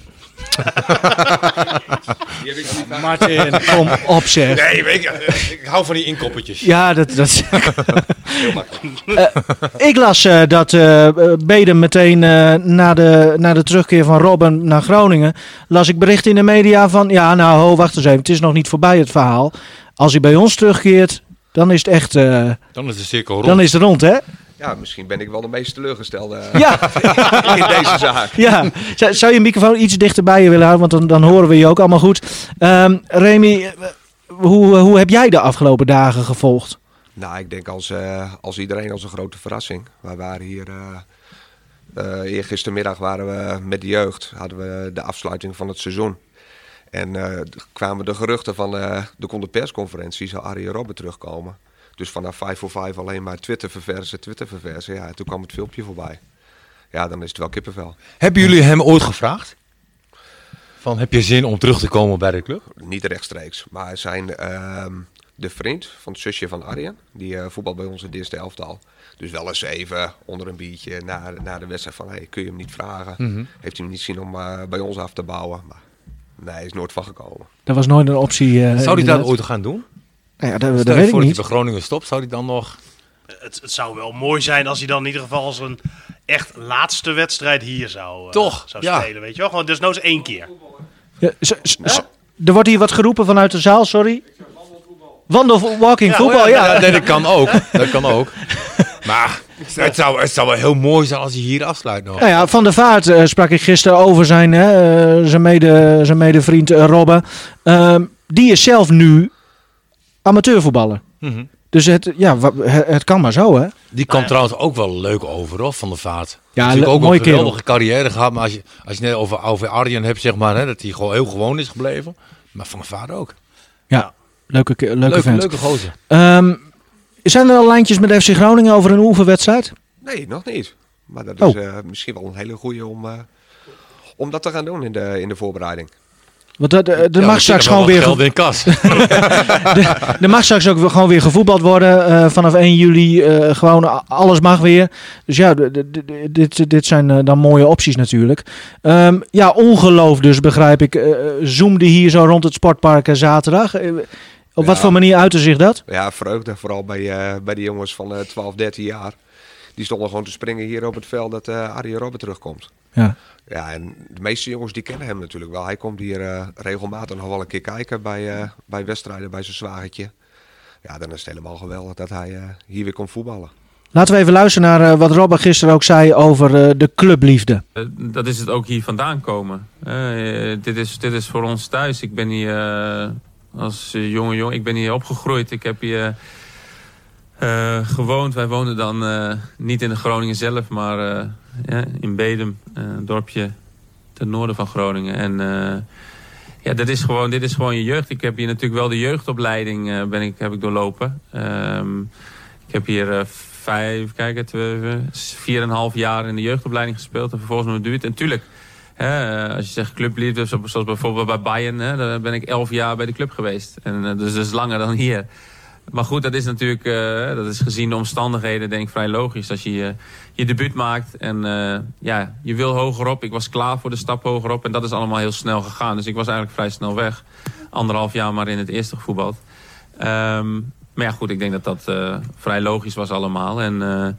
Martin, kom op zeg. Nee, ik hou van die inkoppertjes. Ja, dat heel makkelijk. Ik las dat Bedum meteen na de terugkeer van Robben naar Groningen, las ik berichten in de media van, wacht eens even, het is nog niet voorbij het verhaal. Als hij bij ons terugkeert, dan is het echt... dan is de cirkel rond. Dan is het rond, hè? Ja, misschien ben ik wel de meest teleurgestelde in deze zaak. Ja, zou je microfoon iets dichterbij je willen houden, want dan horen we je ook allemaal goed. Remy, hoe heb jij de afgelopen dagen gevolgd? Nou, ik denk als iedereen als een grote verrassing. Wij waren hier, eergistermiddag waren we met de jeugd, hadden we de afsluiting van het seizoen. En kwamen de geruchten van, er kon de persconferentie, zou Arjen Robben terugkomen. Dus vanaf 5 voor 5 alleen maar Twitter verversen. Ja, toen kwam het filmpje voorbij. Ja, dan is het wel kippenvel. Hebben jullie hem ooit gevraagd? Van, heb je zin om terug te komen bij de club? Niet rechtstreeks. Maar zijn de vriend van het zusje van Arjen. Die voetbalt bij ons in het eerste elftal. Dus wel eens even onder een biertje na de wedstrijd van... Hey, kun je hem niet vragen? Heeft hij hem niet zien om bij ons af te bouwen? Maar nee, is nooit van gekomen. Dat was nooit een optie. Zou hij dat ooit gaan doen? Ja, dat weet ik niet. Voordat hij bij Groningen stopt, zou hij dan nog... Het zou wel mooi zijn als hij dan in ieder geval als een echt laatste wedstrijd hier zou spelen. Weet je wel? Gewoon desnoods 1 keer. Ja, er wordt hier wat geroepen vanuit de zaal, sorry. Walking voetbal, ja. Nee, dat kan ook. Maar het zou wel heel mooi zijn als hij hier afsluit nog. Nou ja, Van der Vaart sprak ik gisteren over zijn medevriend Robben. Die is zelf nu amateurvoetballer. Mm-hmm. Dus het kan maar zo, hè? Die kwam trouwens ook wel leuk over, hoor, Van der Vaart. Ja, ook mooie een geweldige carrière gehad. Maar als je net over Arjen hebt, zeg maar, hè, dat hij gewoon heel gewoon is gebleven. Maar Van der Vaart ook. Ja, leuke vent. Leuke gozer. Zijn er al lijntjes met FC Groningen over een oefenwedstrijd? Nee, nog niet. Maar dat is misschien wel een hele goeie om dat te gaan doen in de voorbereiding. Want er mag straks gewoon weer geld in kas. Er mag straks ook gewoon weer gevoetbald worden. Vanaf 1 juli gewoon alles mag weer. Dus ja, dit zijn dan mooie opties natuurlijk. Ongeloof dus, begrijp ik. Zoomde hier zo rond het sportpark zaterdag. Op wat voor manier uitte zich dat? Ja, vreugde. Vooral bij de jongens van 12, 13 jaar. Die stonden gewoon te springen hier op het veld dat Arjen Robben terugkomt. Ja. Ja, en de meeste jongens die kennen hem natuurlijk wel. Hij komt hier regelmatig nog wel een keer kijken bij wedstrijden, bij zijn zwagertje. Ja, dan is het helemaal geweldig dat hij hier weer komt voetballen. Laten we even luisteren naar wat Robben gisteren ook zei over de clubliefde. Dat is het ook hier vandaan komen. Dit is voor ons thuis. Ik ben hier als jonge jongen, ik ben hier opgegroeid. Ik heb hier gewoond. Wij woonden dan niet in Groningen zelf, maar in Bedum, een dorpje ten noorden van Groningen. En dit is gewoon je jeugd. Ik heb hier natuurlijk wel de jeugdopleiding heb ik doorlopen. Ik heb hier 4,5 jaar in de jeugdopleiding gespeeld en vervolgens nog een duurt. En tuurlijk, als je zegt clubliefde, zoals bijvoorbeeld bij Bayern, daar ben ik 11 jaar bij de club geweest. En dus langer dan hier. Maar goed, dat is natuurlijk, dat is gezien de omstandigheden denk ik vrij logisch. Als je je debuut maakt en je wil hogerop. Ik was klaar voor de stap hogerop en dat is allemaal heel snel gegaan. Dus ik was eigenlijk vrij snel weg. 1,5 jaar maar in het eerste gevoetbald. Maar ja goed, ik denk dat dat vrij logisch was allemaal. En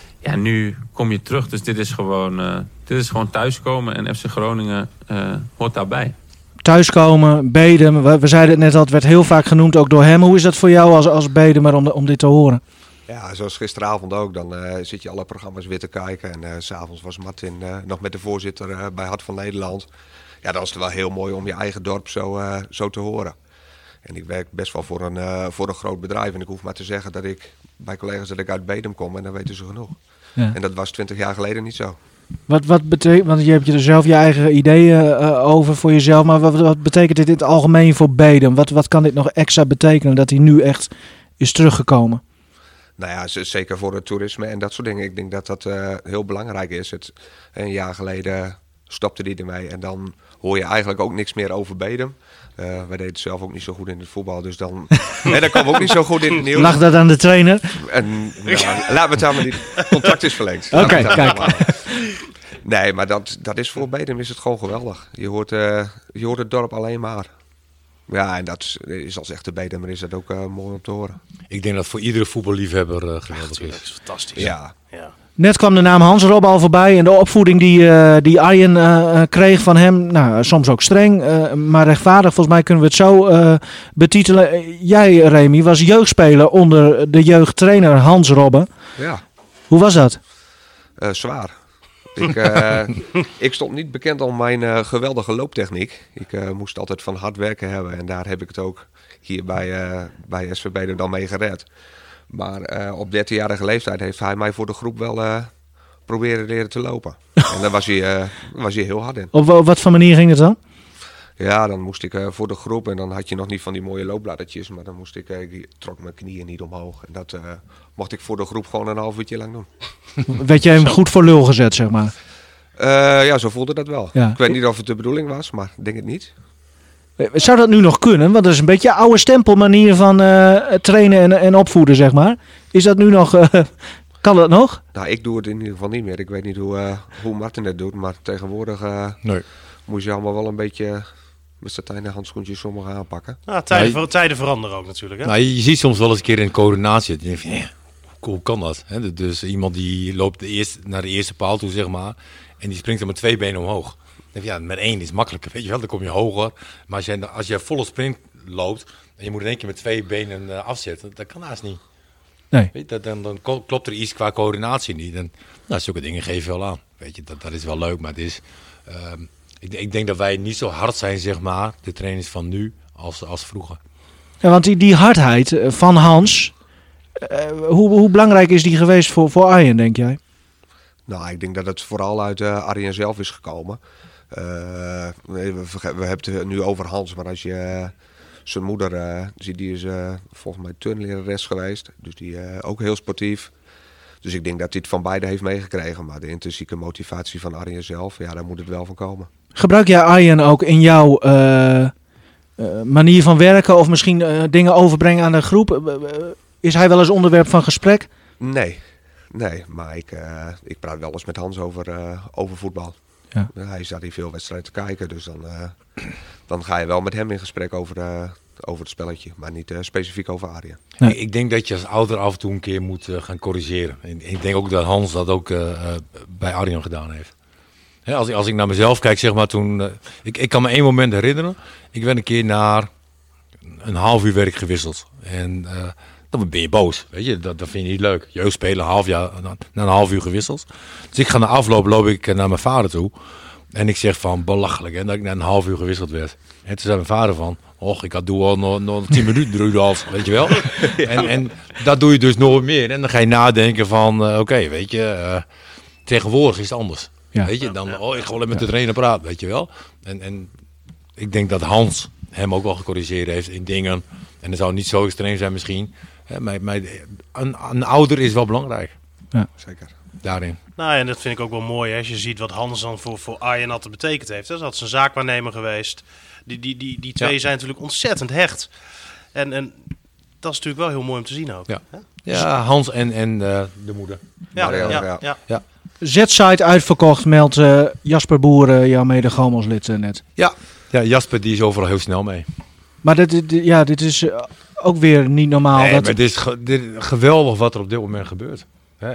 nu kom je terug. Dus dit is gewoon thuiskomen en FC Groningen hoort daarbij. Thuiskomen, Bedum, we zeiden het net al, het werd heel vaak genoemd ook door hem. Hoe is dat voor jou als Bedumer om dit te horen? Ja, zoals gisteravond ook. Dan zit je alle programma's weer te kijken. En 's avonds was Martin nog met de voorzitter bij Hart van Nederland. Ja, dan is het wel heel mooi om je eigen dorp zo te horen. En ik werk best wel voor een groot bedrijf. En ik hoef maar te zeggen dat ik bij collega's dat ik uit Bedum kom. En dan weten ze genoeg. Ja. En dat was 20 jaar geleden niet zo. Wat betekent, want je hebt er zelf je eigen ideeën over voor jezelf, maar wat betekent dit in het algemeen voor Bedum? Wat kan dit nog extra betekenen dat hij nu echt is teruggekomen? Nou ja, zeker voor het toerisme en dat soort dingen. Ik denk dat dat heel belangrijk is. Een jaar geleden stopte hij ermee en dan hoor je eigenlijk ook niks meer over Bedum. Wij deden het zelf ook niet zo goed in het voetbal, dus dan dat kwam ook niet zo goed in het nieuws. Lag dat aan de trainer? En, laat me het aan, maar het contract is verlengd. Oké, kijk. Nee, maar dat is voor Bedum is het gewoon geweldig. Je hoort het dorp alleen maar. Ja, en dat is als echte Bedumer is dat ook mooi om te horen. Ik denk dat voor iedere voetballiefhebber geweldig is. Dat is fantastisch. Ja. Net kwam de naam Hans Robben al voorbij en de opvoeding die Arjen kreeg van hem, nou, soms ook streng, maar rechtvaardig. Volgens mij kunnen we het zo betitelen. Jij, Remy, was jeugdspeler onder de jeugdtrainer Hans Robben. Ja. Hoe was dat? Zwaar. Ik stond niet bekend om mijn geweldige looptechniek. Ik moest altijd van hard werken hebben en daar heb ik het ook hier bij SV Bedum dan mee gered. Maar op 13-jarige leeftijd heeft hij mij voor de groep wel proberen leren te lopen. En daar was hij heel hard in. Op wat voor manier ging het dan? Ja, dan moest ik voor de groep en dan had je nog niet van die mooie loopbladdertjes. Maar dan moest ik trok mijn knieën niet omhoog. En dat mocht ik voor de groep gewoon een half uurtje lang doen. Werd jij hem goed voor lul gezet, zeg maar? Ja, zo voelde dat wel. Ja. Ik weet niet of het de bedoeling was, maar ik denk het niet. Zou dat nu nog kunnen? Want dat is een beetje een oude stempelmanier van trainen en opvoeden, zeg maar. Is dat nu nog... kan dat nog? Nou, ik doe het in ieder geval niet meer. Ik weet niet hoe Martin het doet, maar tegenwoordig moet je allemaal wel een beetje met satijnen handschoentjes sommigen aanpakken. Nou, tijden veranderen ook natuurlijk. Hè? Nou, je ziet soms wel eens een keer in coördinatie. Je denkt, hoe kan dat? Hè? Dus iemand die loopt naar de eerste paal toe, zeg maar, en die springt er met 2 benen omhoog. Ja, met 1 is makkelijker, weet je wel, dan kom je hoger. Maar als je volle sprint loopt en je moet in één keer met 2 benen afzetten, dat kan haast niet. Nee. Weet je, dan klopt er iets qua coördinatie niet. En zulke dingen geven wel aan. Weet je, dat is wel leuk, maar het is... ik denk dat wij niet zo hard zijn, zeg maar, de trainers van nu, als vroeger. Ja, want die hardheid van Hans, hoe belangrijk is die geweest voor Arjen, denk jij? Nou, ik denk dat het vooral uit Arjen zelf is gekomen. We hebben het nu over Hans, maar als je zijn moeder ziet, die is volgens mij turnlerares geweest. Dus die ook heel sportief. Dus ik denk dat hij het van beide heeft meegekregen. Maar de intrinsieke motivatie van Arjen zelf, ja, daar moet het wel van komen. Gebruik jij Arjen ook in jouw manier van werken of misschien dingen overbrengen aan de groep? Is hij wel eens onderwerp van gesprek? Nee, maar ik praat wel eens met Hans over voetbal. Ja. Hij zat hier veel wedstrijden te kijken, dus dan ga je wel met hem in gesprek over het spelletje, maar niet specifiek over Arjen. Nee. Ik denk dat je als ouder af en toe een keer moet gaan corrigeren. En ik denk ook dat Hans dat ook bij Arjen gedaan heeft. Als ik naar mezelf kijk, zeg maar toen... Ik kan me 1 moment herinneren. Ik werd een keer na een half uur werk gewisseld. En dan ben je boos. Weet je, dat vind je niet leuk. Jeugdspelen, na een half uur gewisseld. Dus ik ga na afloop loop ik naar mijn vader toe. En ik zeg van belachelijk, hè, dat ik na een half uur gewisseld werd. En toen zei mijn vader van... Och, ik doe al nog 10 minuten Rudolf, weet je wel. Ja. En dat doe je dus nooit meer. En dan ga je nadenken van, oké, weet je, tegenwoordig is het anders. Ja. Weet je, dan, ik ga wel met de trainer praten, weet je wel. En ik denk dat Hans hem ook wel gecorrigeerd heeft in dingen. En dat zou niet zo extreem zijn misschien. Maar een ouder is wel belangrijk. Ja, zeker. Daarin. Nou, en dat vind ik ook wel mooi, hè, als je ziet wat Hans dan voor Arjen altijd betekend heeft. Hè. Dat is een zaakwaarnemer geweest. Die twee zijn natuurlijk ontzettend hecht. En dat is natuurlijk wel heel mooi om te zien ook. Ja, ja, Hans en de moeder. Ja. Z-site uitverkocht, meldt Jasper Boer, jouw mede-Gomalslid net. Ja, Jasper die is overal heel snel mee. Maar dit is ook weer niet normaal. Nee, maar dit is geweldig wat er op dit moment gebeurt.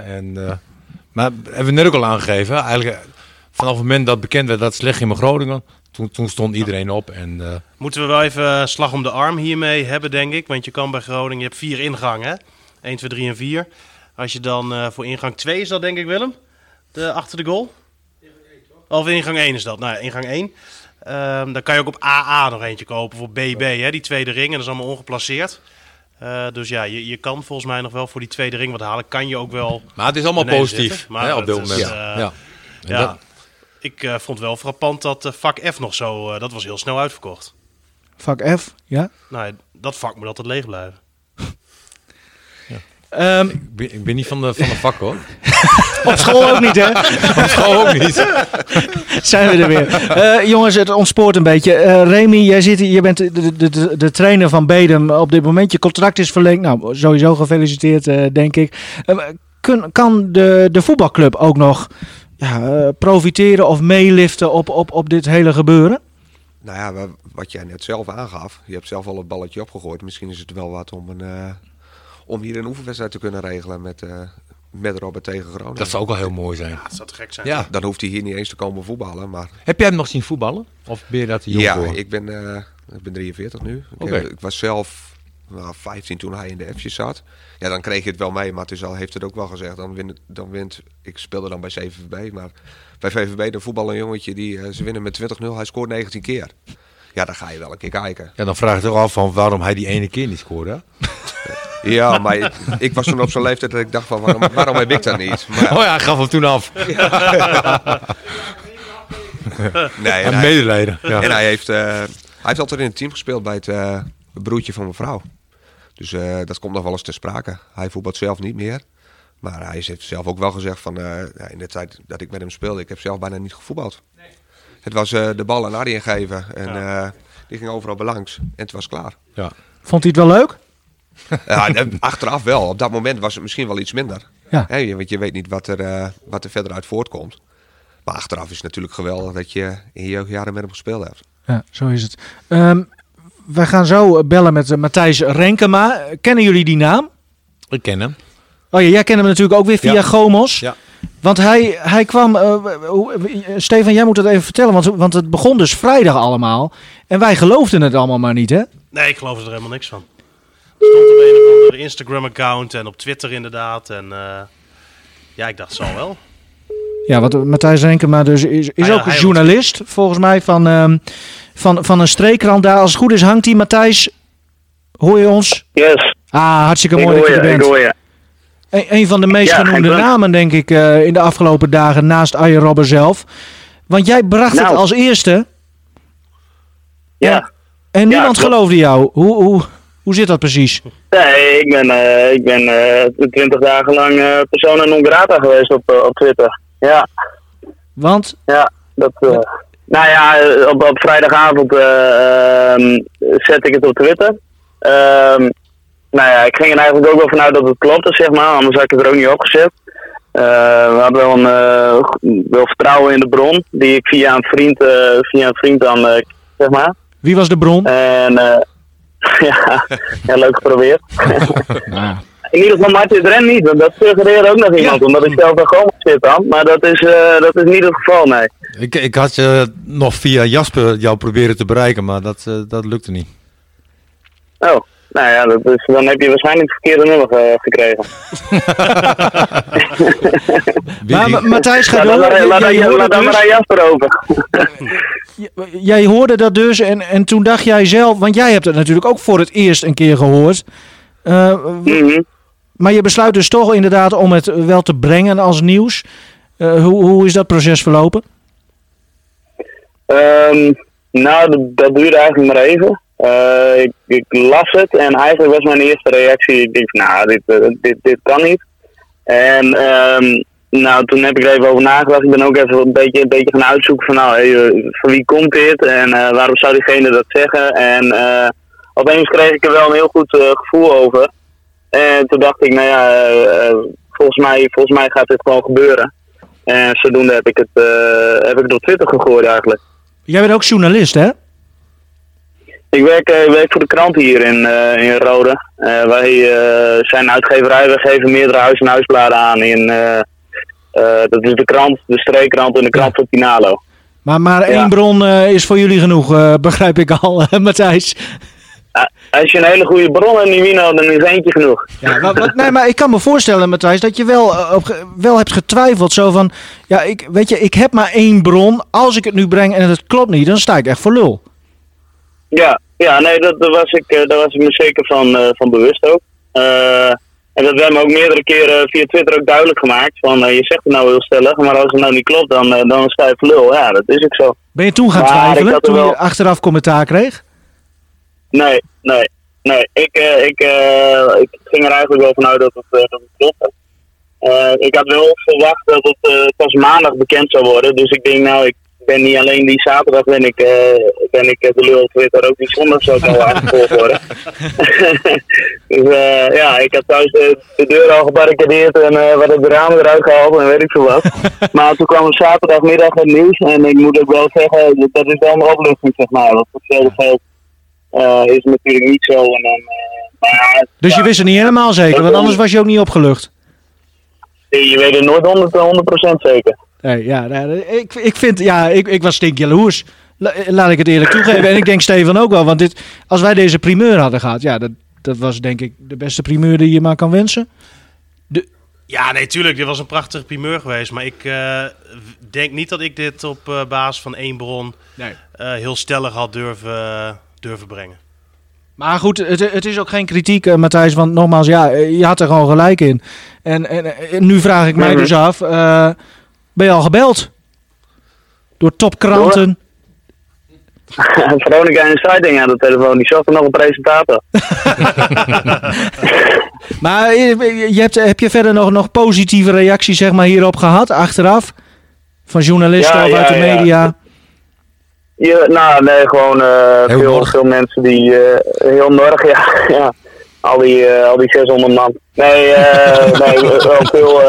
Maar hebben we net ook al aangegeven, eigenlijk vanaf het moment dat bekend werd dat het slecht ging met Groningen, toen stond iedereen op. En, moeten we wel even slag om de arm hiermee hebben, denk ik. Want je kan bij Groningen, je hebt 4 ingangen, hè? 1, 2, 3 en 4. Als je dan voor ingang 2 is dat, denk ik, Willem? Achter de goal? Of ingang 1 is dat? Nou, ingang 1. Dan kan je ook op AA nog eentje kopen voor BB, hè? Die tweede ring. En dat is allemaal ongeplaceerd. Dus ja, je kan volgens mij nog wel voor die tweede ring wat halen. Kan je ook wel. Maar het is allemaal positief, hè, op dit moment. Ja. Ik vond wel frappant dat vak F nog zo... dat was heel snel uitverkocht. Vak F, ja? Nou, dat vak moet altijd leeg blijven. Ik ben niet van de vak, hoor. Op school ook niet, hè? Op school ook niet. Zijn we er weer. Jongens, het ontspoort een beetje. Remy, je bent de trainer van Bedum op dit moment. Je contract is verlengd. Nou, sowieso gefeliciteerd, denk ik. Kan de voetbalclub ook nog profiteren of meeliften op dit hele gebeuren? Nou ja, wat jij net zelf aangaf. Je hebt zelf al het balletje opgegooid. Misschien is het wel wat om hier een oefenwedstrijd te kunnen regelen met Robert tegen Groningen. Dat zou ook wel heel mooi zijn. Ja, dat zou te gek zijn. Ja, dan hoeft hij hier niet eens te komen voetballen. Maar... Heb jij hem nog zien voetballen? Of ben je dat te jong voor? Ja, ik ben 43 nu. Okay. Ik was zelf 15 toen hij in de F'jes zat. Ja, dan kreeg je het wel mee, maar heeft het ook wel gezegd. Dan wint, ik speelde dan bij CVV, maar bij VVB dan voetballen een jongetje ze winnen met 20-0. Hij scoort 19 keer. Ja, dan ga je wel een keer kijken. Ja, dan vraag je toch af van waarom hij die ene keer niet scoorde. Ja, maar ik was toen op zo'n leeftijd dat ik dacht van waarom heb ik dat niet? Maar, hij gaf hem toen af. Nee, en medelijden. Ja. En hij heeft altijd in het team gespeeld bij het broertje van mijn vrouw. Dus dat komt nog wel eens ter sprake. Hij voetbalt zelf niet meer. Maar hij heeft zelf ook wel gezegd van in de tijd dat ik met hem speelde, ik heb zelf bijna niet gevoetbald. Nee. Het was de bal aan Arjen geven. En Die ging overal belangs. En het was klaar. Ja. Vond hij het wel leuk? Ja, achteraf wel. Op dat moment was het misschien wel iets minder. Ja. Want je weet niet wat er verder uit voortkomt. Maar achteraf is het natuurlijk geweldig dat je in je jeugdjaren met hem gespeeld hebt. Ja, zo is het. Wij gaan zo bellen met Matthijs Renkema. Kennen jullie die naam? Ik ken hem. Oh ja, jij kent hem natuurlijk ook weer via Gomos. Ja. Want hij kwam... Stefan, jij moet het even vertellen. Want het begon dus vrijdag allemaal. En wij geloofden het allemaal maar niet, hè? Nee, ik geloof er helemaal niks van. Er stond op een of andere Instagram-account en op Twitter inderdaad. En ja, ik dacht, zal wel. Ja, want Matthijs Renkema dus is ook een journalist, volgens mij, van een streekkrant daar. Als het goed is, hangt hij. Matthijs, hoor je ons? Yes. Hartstikke mooi dat je er bent. Ik hoor je. Een van de meest genoemde namen, denk ik, in de afgelopen dagen, naast Arjen Robben zelf. Want jij bracht het als eerste. Ja. En niemand geloofde jou. Hoe zit dat precies? Nee, ik ben 20 dagen lang persona non grata geweest op Twitter. Ja. Want? Ja, dat... nou ja, op vrijdagavond zette ik het op Twitter. Nou ja, ik ging er eigenlijk ook wel vanuit dat het klopte, zeg maar. Anders had ik het er ook niet opgezet. We hadden wel vertrouwen in de bron. Die ik via een vriend dan, zeg maar. Wie was de bron? En ja, leuk geprobeerd. In ieder geval Martin Dren niet, want dat suggereerde ook nog iemand. Omdat ik zelf er gewoon zit dan. Maar dat is niet het geval, nee. Ik had je nog via Jasper jou proberen te bereiken, maar dat lukte niet. Oh. Nou ja, dan heb je waarschijnlijk het verkeerde nummer gekregen. Maar Matthijs, ga door. Laat dan maar aan Jasper over. Jij hoorde dat dus en toen dacht jij zelf... Want jij hebt het natuurlijk ook voor het eerst een keer gehoord. Maar je besluit dus toch inderdaad om het wel te brengen als nieuws. Hoe is dat proces verlopen? Nou, dat duurde eigenlijk maar even. Ik las het en eigenlijk was mijn eerste reactie, ik denk, nou, dit kan niet. En nou, toen heb ik er even over nagedacht. Ik ben ook even een beetje gaan uitzoeken van, van wie komt dit en waarom zou diegene dat zeggen. En opeens kreeg ik er wel een heel goed gevoel over. En toen dacht ik, nou ja, volgens mij gaat dit gewoon gebeuren. En zodoende heb ik het op Twitter gegooid eigenlijk. Jij bent ook journalist, hè? Ik werk voor de krant hier in Rode. Wij zijn uitgeverij, we geven meerdere huis- en huisbladen aan. Dat is de krant, de streekkrant en de krant van Tinalo. Maar één bron is voor jullie genoeg, begrijp ik al, Matthijs. Als je een hele goede bron hebt, Nivino, dan is eentje genoeg. Ja, nee, maar ik kan me voorstellen, Matthijs, dat je wel hebt getwijfeld. Zo van, ja, ik heb maar één bron. Als ik het nu breng en het klopt niet, dan sta ik echt voor lul. Ja, nee, daar was ik me zeker van bewust ook. En dat werd me ook meerdere keren via Twitter ook duidelijk gemaakt. Van, je zegt het nou heel stellig, maar als het nou niet klopt, dan sta je voor lul. Ja, dat is ook zo. Ben je toen gaan twijfelen, toen je achteraf commentaar kreeg? Nee. Ik ging er eigenlijk wel vanuit dat het klopte. Ik had wel verwacht dat het pas maandag bekend zou worden. Dus ik denk, nou, ik ben niet alleen die zaterdag ben ik de lul op Twitter, ook die zondag zou ik al aangevolgd worden. Dus ja, ik had thuis de deur al gebarricadeerd en wat het ramen eruit gehaald en weet ik veel wat. Maar toen kwam zaterdagmiddag het nieuws en ik moet ook wel zeggen, dat is wel een opluchting, zeg maar. Want voor hetzelfde geld is het natuurlijk niet zo. En dan, maar, dus je wist het niet helemaal zeker, want anders was je ook niet opgelucht? Je weet het nooit 100% zeker. Nee, ja, ik was stinkjaloers. Laat ik het eerlijk toegeven. En ik denk Stefan ook wel, want als wij deze primeur hadden gehad, ja, dat was denk ik de beste primeur die je maar kan wensen. Ja, nee, tuurlijk, dit was een prachtige primeur geweest. Maar ik denk niet dat ik dit op basis van één bron heel stellig had durven brengen. Maar goed, het is ook geen kritiek, Matthijs, want nogmaals, ja, je had er gewoon gelijk in. En nu vraag ik mij dus af, ben je al gebeld? Door topkranten? Veronica Insighting aan de telefoon, die zocht er nog een presentator. Maar heb je verder nog positieve reacties, zeg maar, hierop gehad, achteraf? Van journalisten of uit de media? Gewoon veel mensen die heel Norg, ja. Al die 600 man. Nee, wel veel.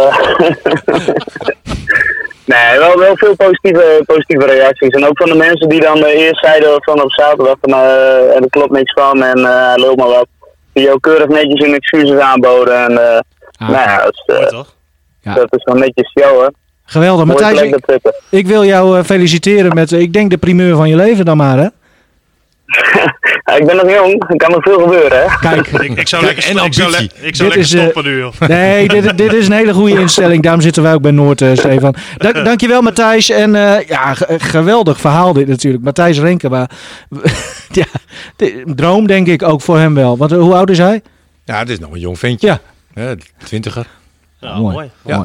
Nee, wel veel positieve reacties. En ook van de mensen die dan eerst zeiden van op zaterdag van er klopt niks van en loopt maar wat. Die ook keurig netjes hun excuses aanboden. En dat is wel netjes show, hè. Geweldig. Matthijs, ik wil jou feliciteren met, ik denk, de primeur van je leven dan maar, hè? Ik ben nog jong, er kan nog veel gebeuren, hè? Kijk, ik zou lekker stoppen nu, joh. Nee, dit is een hele goede instelling. Daarom zitten wij ook bij Noord, Stefan. Dankjewel, Matthijs. En geweldig verhaal dit natuurlijk. Matthijs Renkema. Ja, droom denk ik ook voor hem wel. Want hoe oud is hij? Ja, het is nog een jong ventje. Ja. 20er. Ja, mooi. Ja.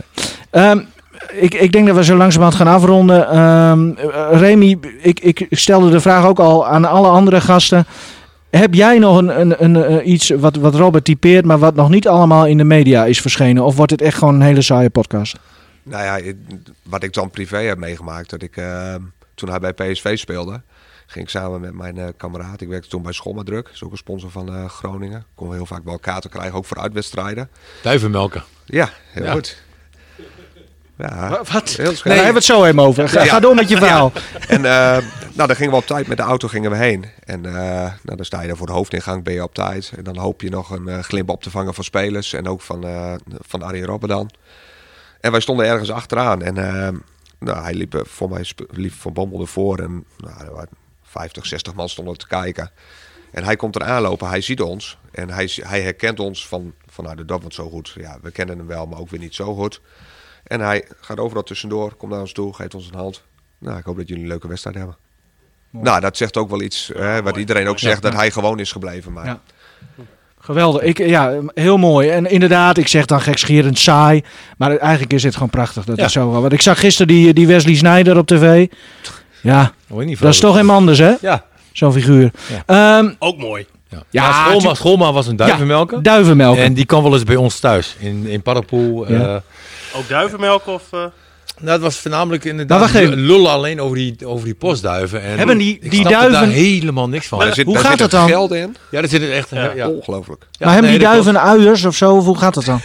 Ik denk dat we zo langzamerhand gaan afronden. Remy, ik stelde de vraag ook al aan alle andere gasten. Heb jij nog een iets wat Robert typeert, maar wat nog niet allemaal in de media is verschenen? Of wordt het echt gewoon een hele saaie podcast? Nou ja, wat ik dan privé heb meegemaakt, dat ik toen hij bij PSV speelde, ging ik samen met mijn kameraad. Ik werkte toen bij Schommadruk, dat is ook een sponsor van Groningen. Kon heel vaak wel kaarten krijgen, ook voor uitwedstrijden. Duivenmelken. Ja, heel goed. Ja, wat? Heel nee, daar hebben we het zo even over. Ga door met je verhaal. Ja. En dan gingen we op tijd met de auto heen. En dan sta je daar voor de hoofdingang, ben je op tijd. En dan hoop je nog een glimp op te vangen van spelers. En ook van Arjen Robben dan. En wij stonden ergens achteraan. En hij liep Van Bommel ervoor. En 50, 60 man stonden te kijken. En hij komt er aanlopen, hij ziet ons. En hij herkent ons van dat wordt zo goed. Ja, we kennen hem wel, maar ook weer niet zo goed. En hij gaat overal tussendoor, komt naar ons toe, geeft ons een hand. Nou, ik hoop dat jullie een leuke wedstrijd hebben. Mooi. Nou, dat zegt ook wel iets, wat iedereen ook zegt, dat hij gewoon is gebleven. Maar... Ja. Geweldig. Heel mooi. En inderdaad, ik zeg dan gekscherend saai. Maar eigenlijk is het gewoon prachtig. Dat is zo. Want ik zag gisteren die Wesley Sneijder op tv. Ja, dat is toch helemaal anders, hè? Ja. Zo'n figuur. Ja. Ook mooi. Ja, Schoolma was een duivenmelker. Ja, duivenmelker. En die kwam wel eens bij ons thuis. In Paddepoel. Ja. Ook duivenmelken of... Nou, het was voornamelijk inderdaad lullen alleen over die postduiven. En hebben die duiven daar helemaal niks van. Hoe gaat het dan? Geld in? Ja, er zit echt ongelooflijk. Ja, maar hebben die duiven uiers of zo? Of hoe gaat dat dan?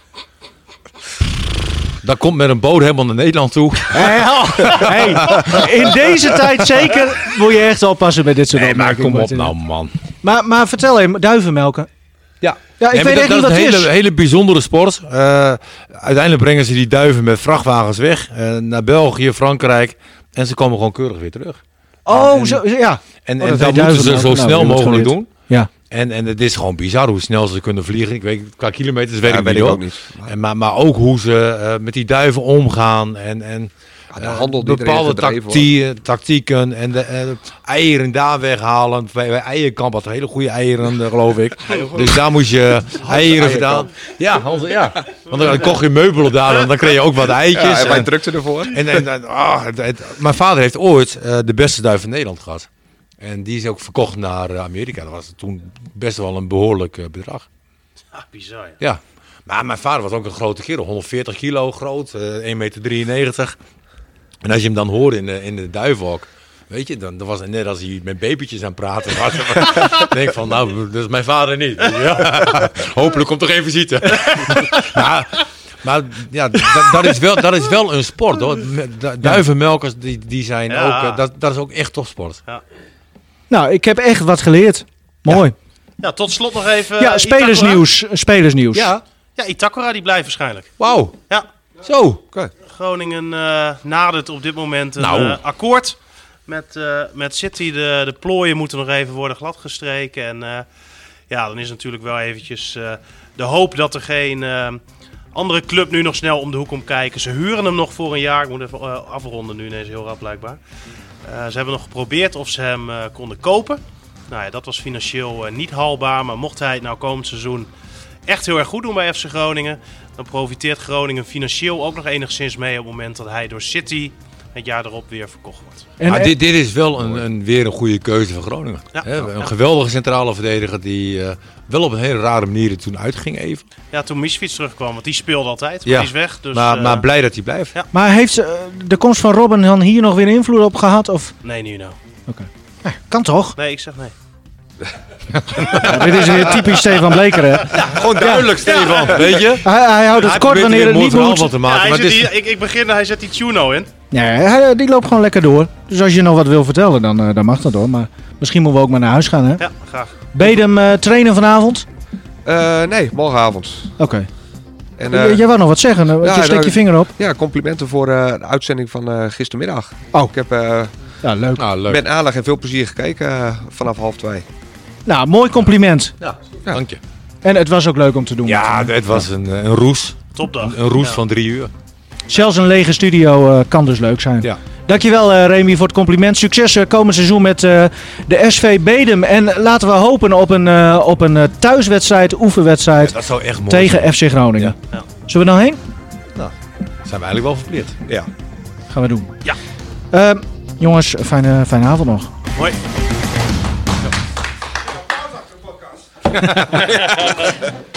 Dat komt met een boot helemaal naar Nederland toe. Hey, in deze tijd zeker moet je echt oppassen met dit soort opmerkingen. Maar kom op nou, man. Maar vertel even, duivenmelken. Ja, ik weet echt niet wat het is. Dat is een hele bijzondere sport. Uiteindelijk brengen ze die duiven met vrachtwagens weg. Naar België, Frankrijk. En ze komen gewoon keurig weer terug. En dat moeten ze zo snel mogelijk doen. Ja. En het is gewoon bizar hoe snel ze kunnen vliegen. Ik weet, qua kilometers weet ik ook niet. Maar ook hoe ze met die duiven omgaan. En bepaalde tactieken en de eieren daar weghalen. Bij Eierkamp had hele goede eieren, geloof ik. Dus daar moest je eieren vandaan. Ja, want dan kocht je meubelen daar en dan kreeg je ook wat eitjes. Ja, en wij drukten ervoor. Mijn vader heeft ooit de beste duif van Nederland gehad. En die is ook verkocht naar Amerika. Dat was toen best wel een behoorlijk bedrag. Bizar. Ja, maar mijn vader was ook een grote kerel. 140 kilo groot, 1,93 meter. En als je hem dan hoorde in de duivenhok, weet je, dan was het net als hij met babytjes aan het praten was. Denk van, nou, dat is mijn vader niet. Ja, hopelijk komt toch even visite. Maar ja, dat is wel een sport, hoor. Duivenmelkers, die zijn ook, dat is ook echt topsport. Ja. Nou, ik heb echt wat geleerd. Mooi. Ja, tot slot nog even... Ja, spelersnieuws. Ja, Itakura, die blijft waarschijnlijk. Wauw. Ja. Zo. Okay. Groningen nadert op dit moment een akkoord met City. De plooien moeten nog even worden gladgestreken. En dan is natuurlijk wel eventjes de hoop dat er geen andere club nu nog snel om de hoek komt kijken. Ze huren hem nog voor een jaar. Ik moet even afronden nu, ineens heel rap blijkbaar. Ze hebben nog geprobeerd of ze hem konden kopen. Nou ja, dat was financieel niet haalbaar. Maar mocht hij het nou komend seizoen echt heel erg goed doen bij FC Groningen, dan profiteert Groningen financieel ook nog enigszins mee op het moment dat hij door City het jaar erop weer verkocht wordt. Maar dit is wel weer een goede keuze van Groningen. Ja. Een geweldige centrale verdediger die wel op een hele rare manier toen uitging even. Ja, toen Misfiets terugkwam, want die speelde altijd, maar die is weg. Dus, maar blij dat hij blijft. Ja. Maar heeft de komst van Robben dan hier nog weer invloed op gehad? Of? Nee, nu nou. Oké. Kan toch? Nee, ik zeg nee. Dit is weer typisch Stefan Bleker, hè? Ja, gewoon duidelijk, Stefan. Weet je? Hij houdt het kort wanneer het niet moet. Te maken, hij zet die Tuno in. Nee, die loopt gewoon lekker door. Dus als je nog wat wil vertellen, dan mag dat hoor. Maar misschien moeten we ook maar naar huis gaan, hè? Ja, graag. Bedum trainen vanavond? Nee, morgenavond. Oké. Jij wou nog wat zeggen, je steekt je vinger op. Ja, complimenten voor de uitzending van gistermiddag. Ik heb leuk. met aandacht en veel plezier gekeken vanaf 1:30. Nou, mooi compliment. Ja, dank je. En het was ook leuk om te doen. Ja, het was een roes. Topdag. Een roes van 3 uur. Zelfs een lege studio kan dus leuk zijn. Ja. Dankjewel Remy voor het compliment. Succes komend seizoen met de SV Bedum. En laten we hopen op een thuiswedstrijd, oefenwedstrijd dat zou echt mooi tegen zijn. FC Groningen. Ja. Zullen we nou heen? Nou, zijn we eigenlijk wel verplicht. Ja. Gaan we doen. Ja. Jongens, fijne avond nog. Hoi. Ja.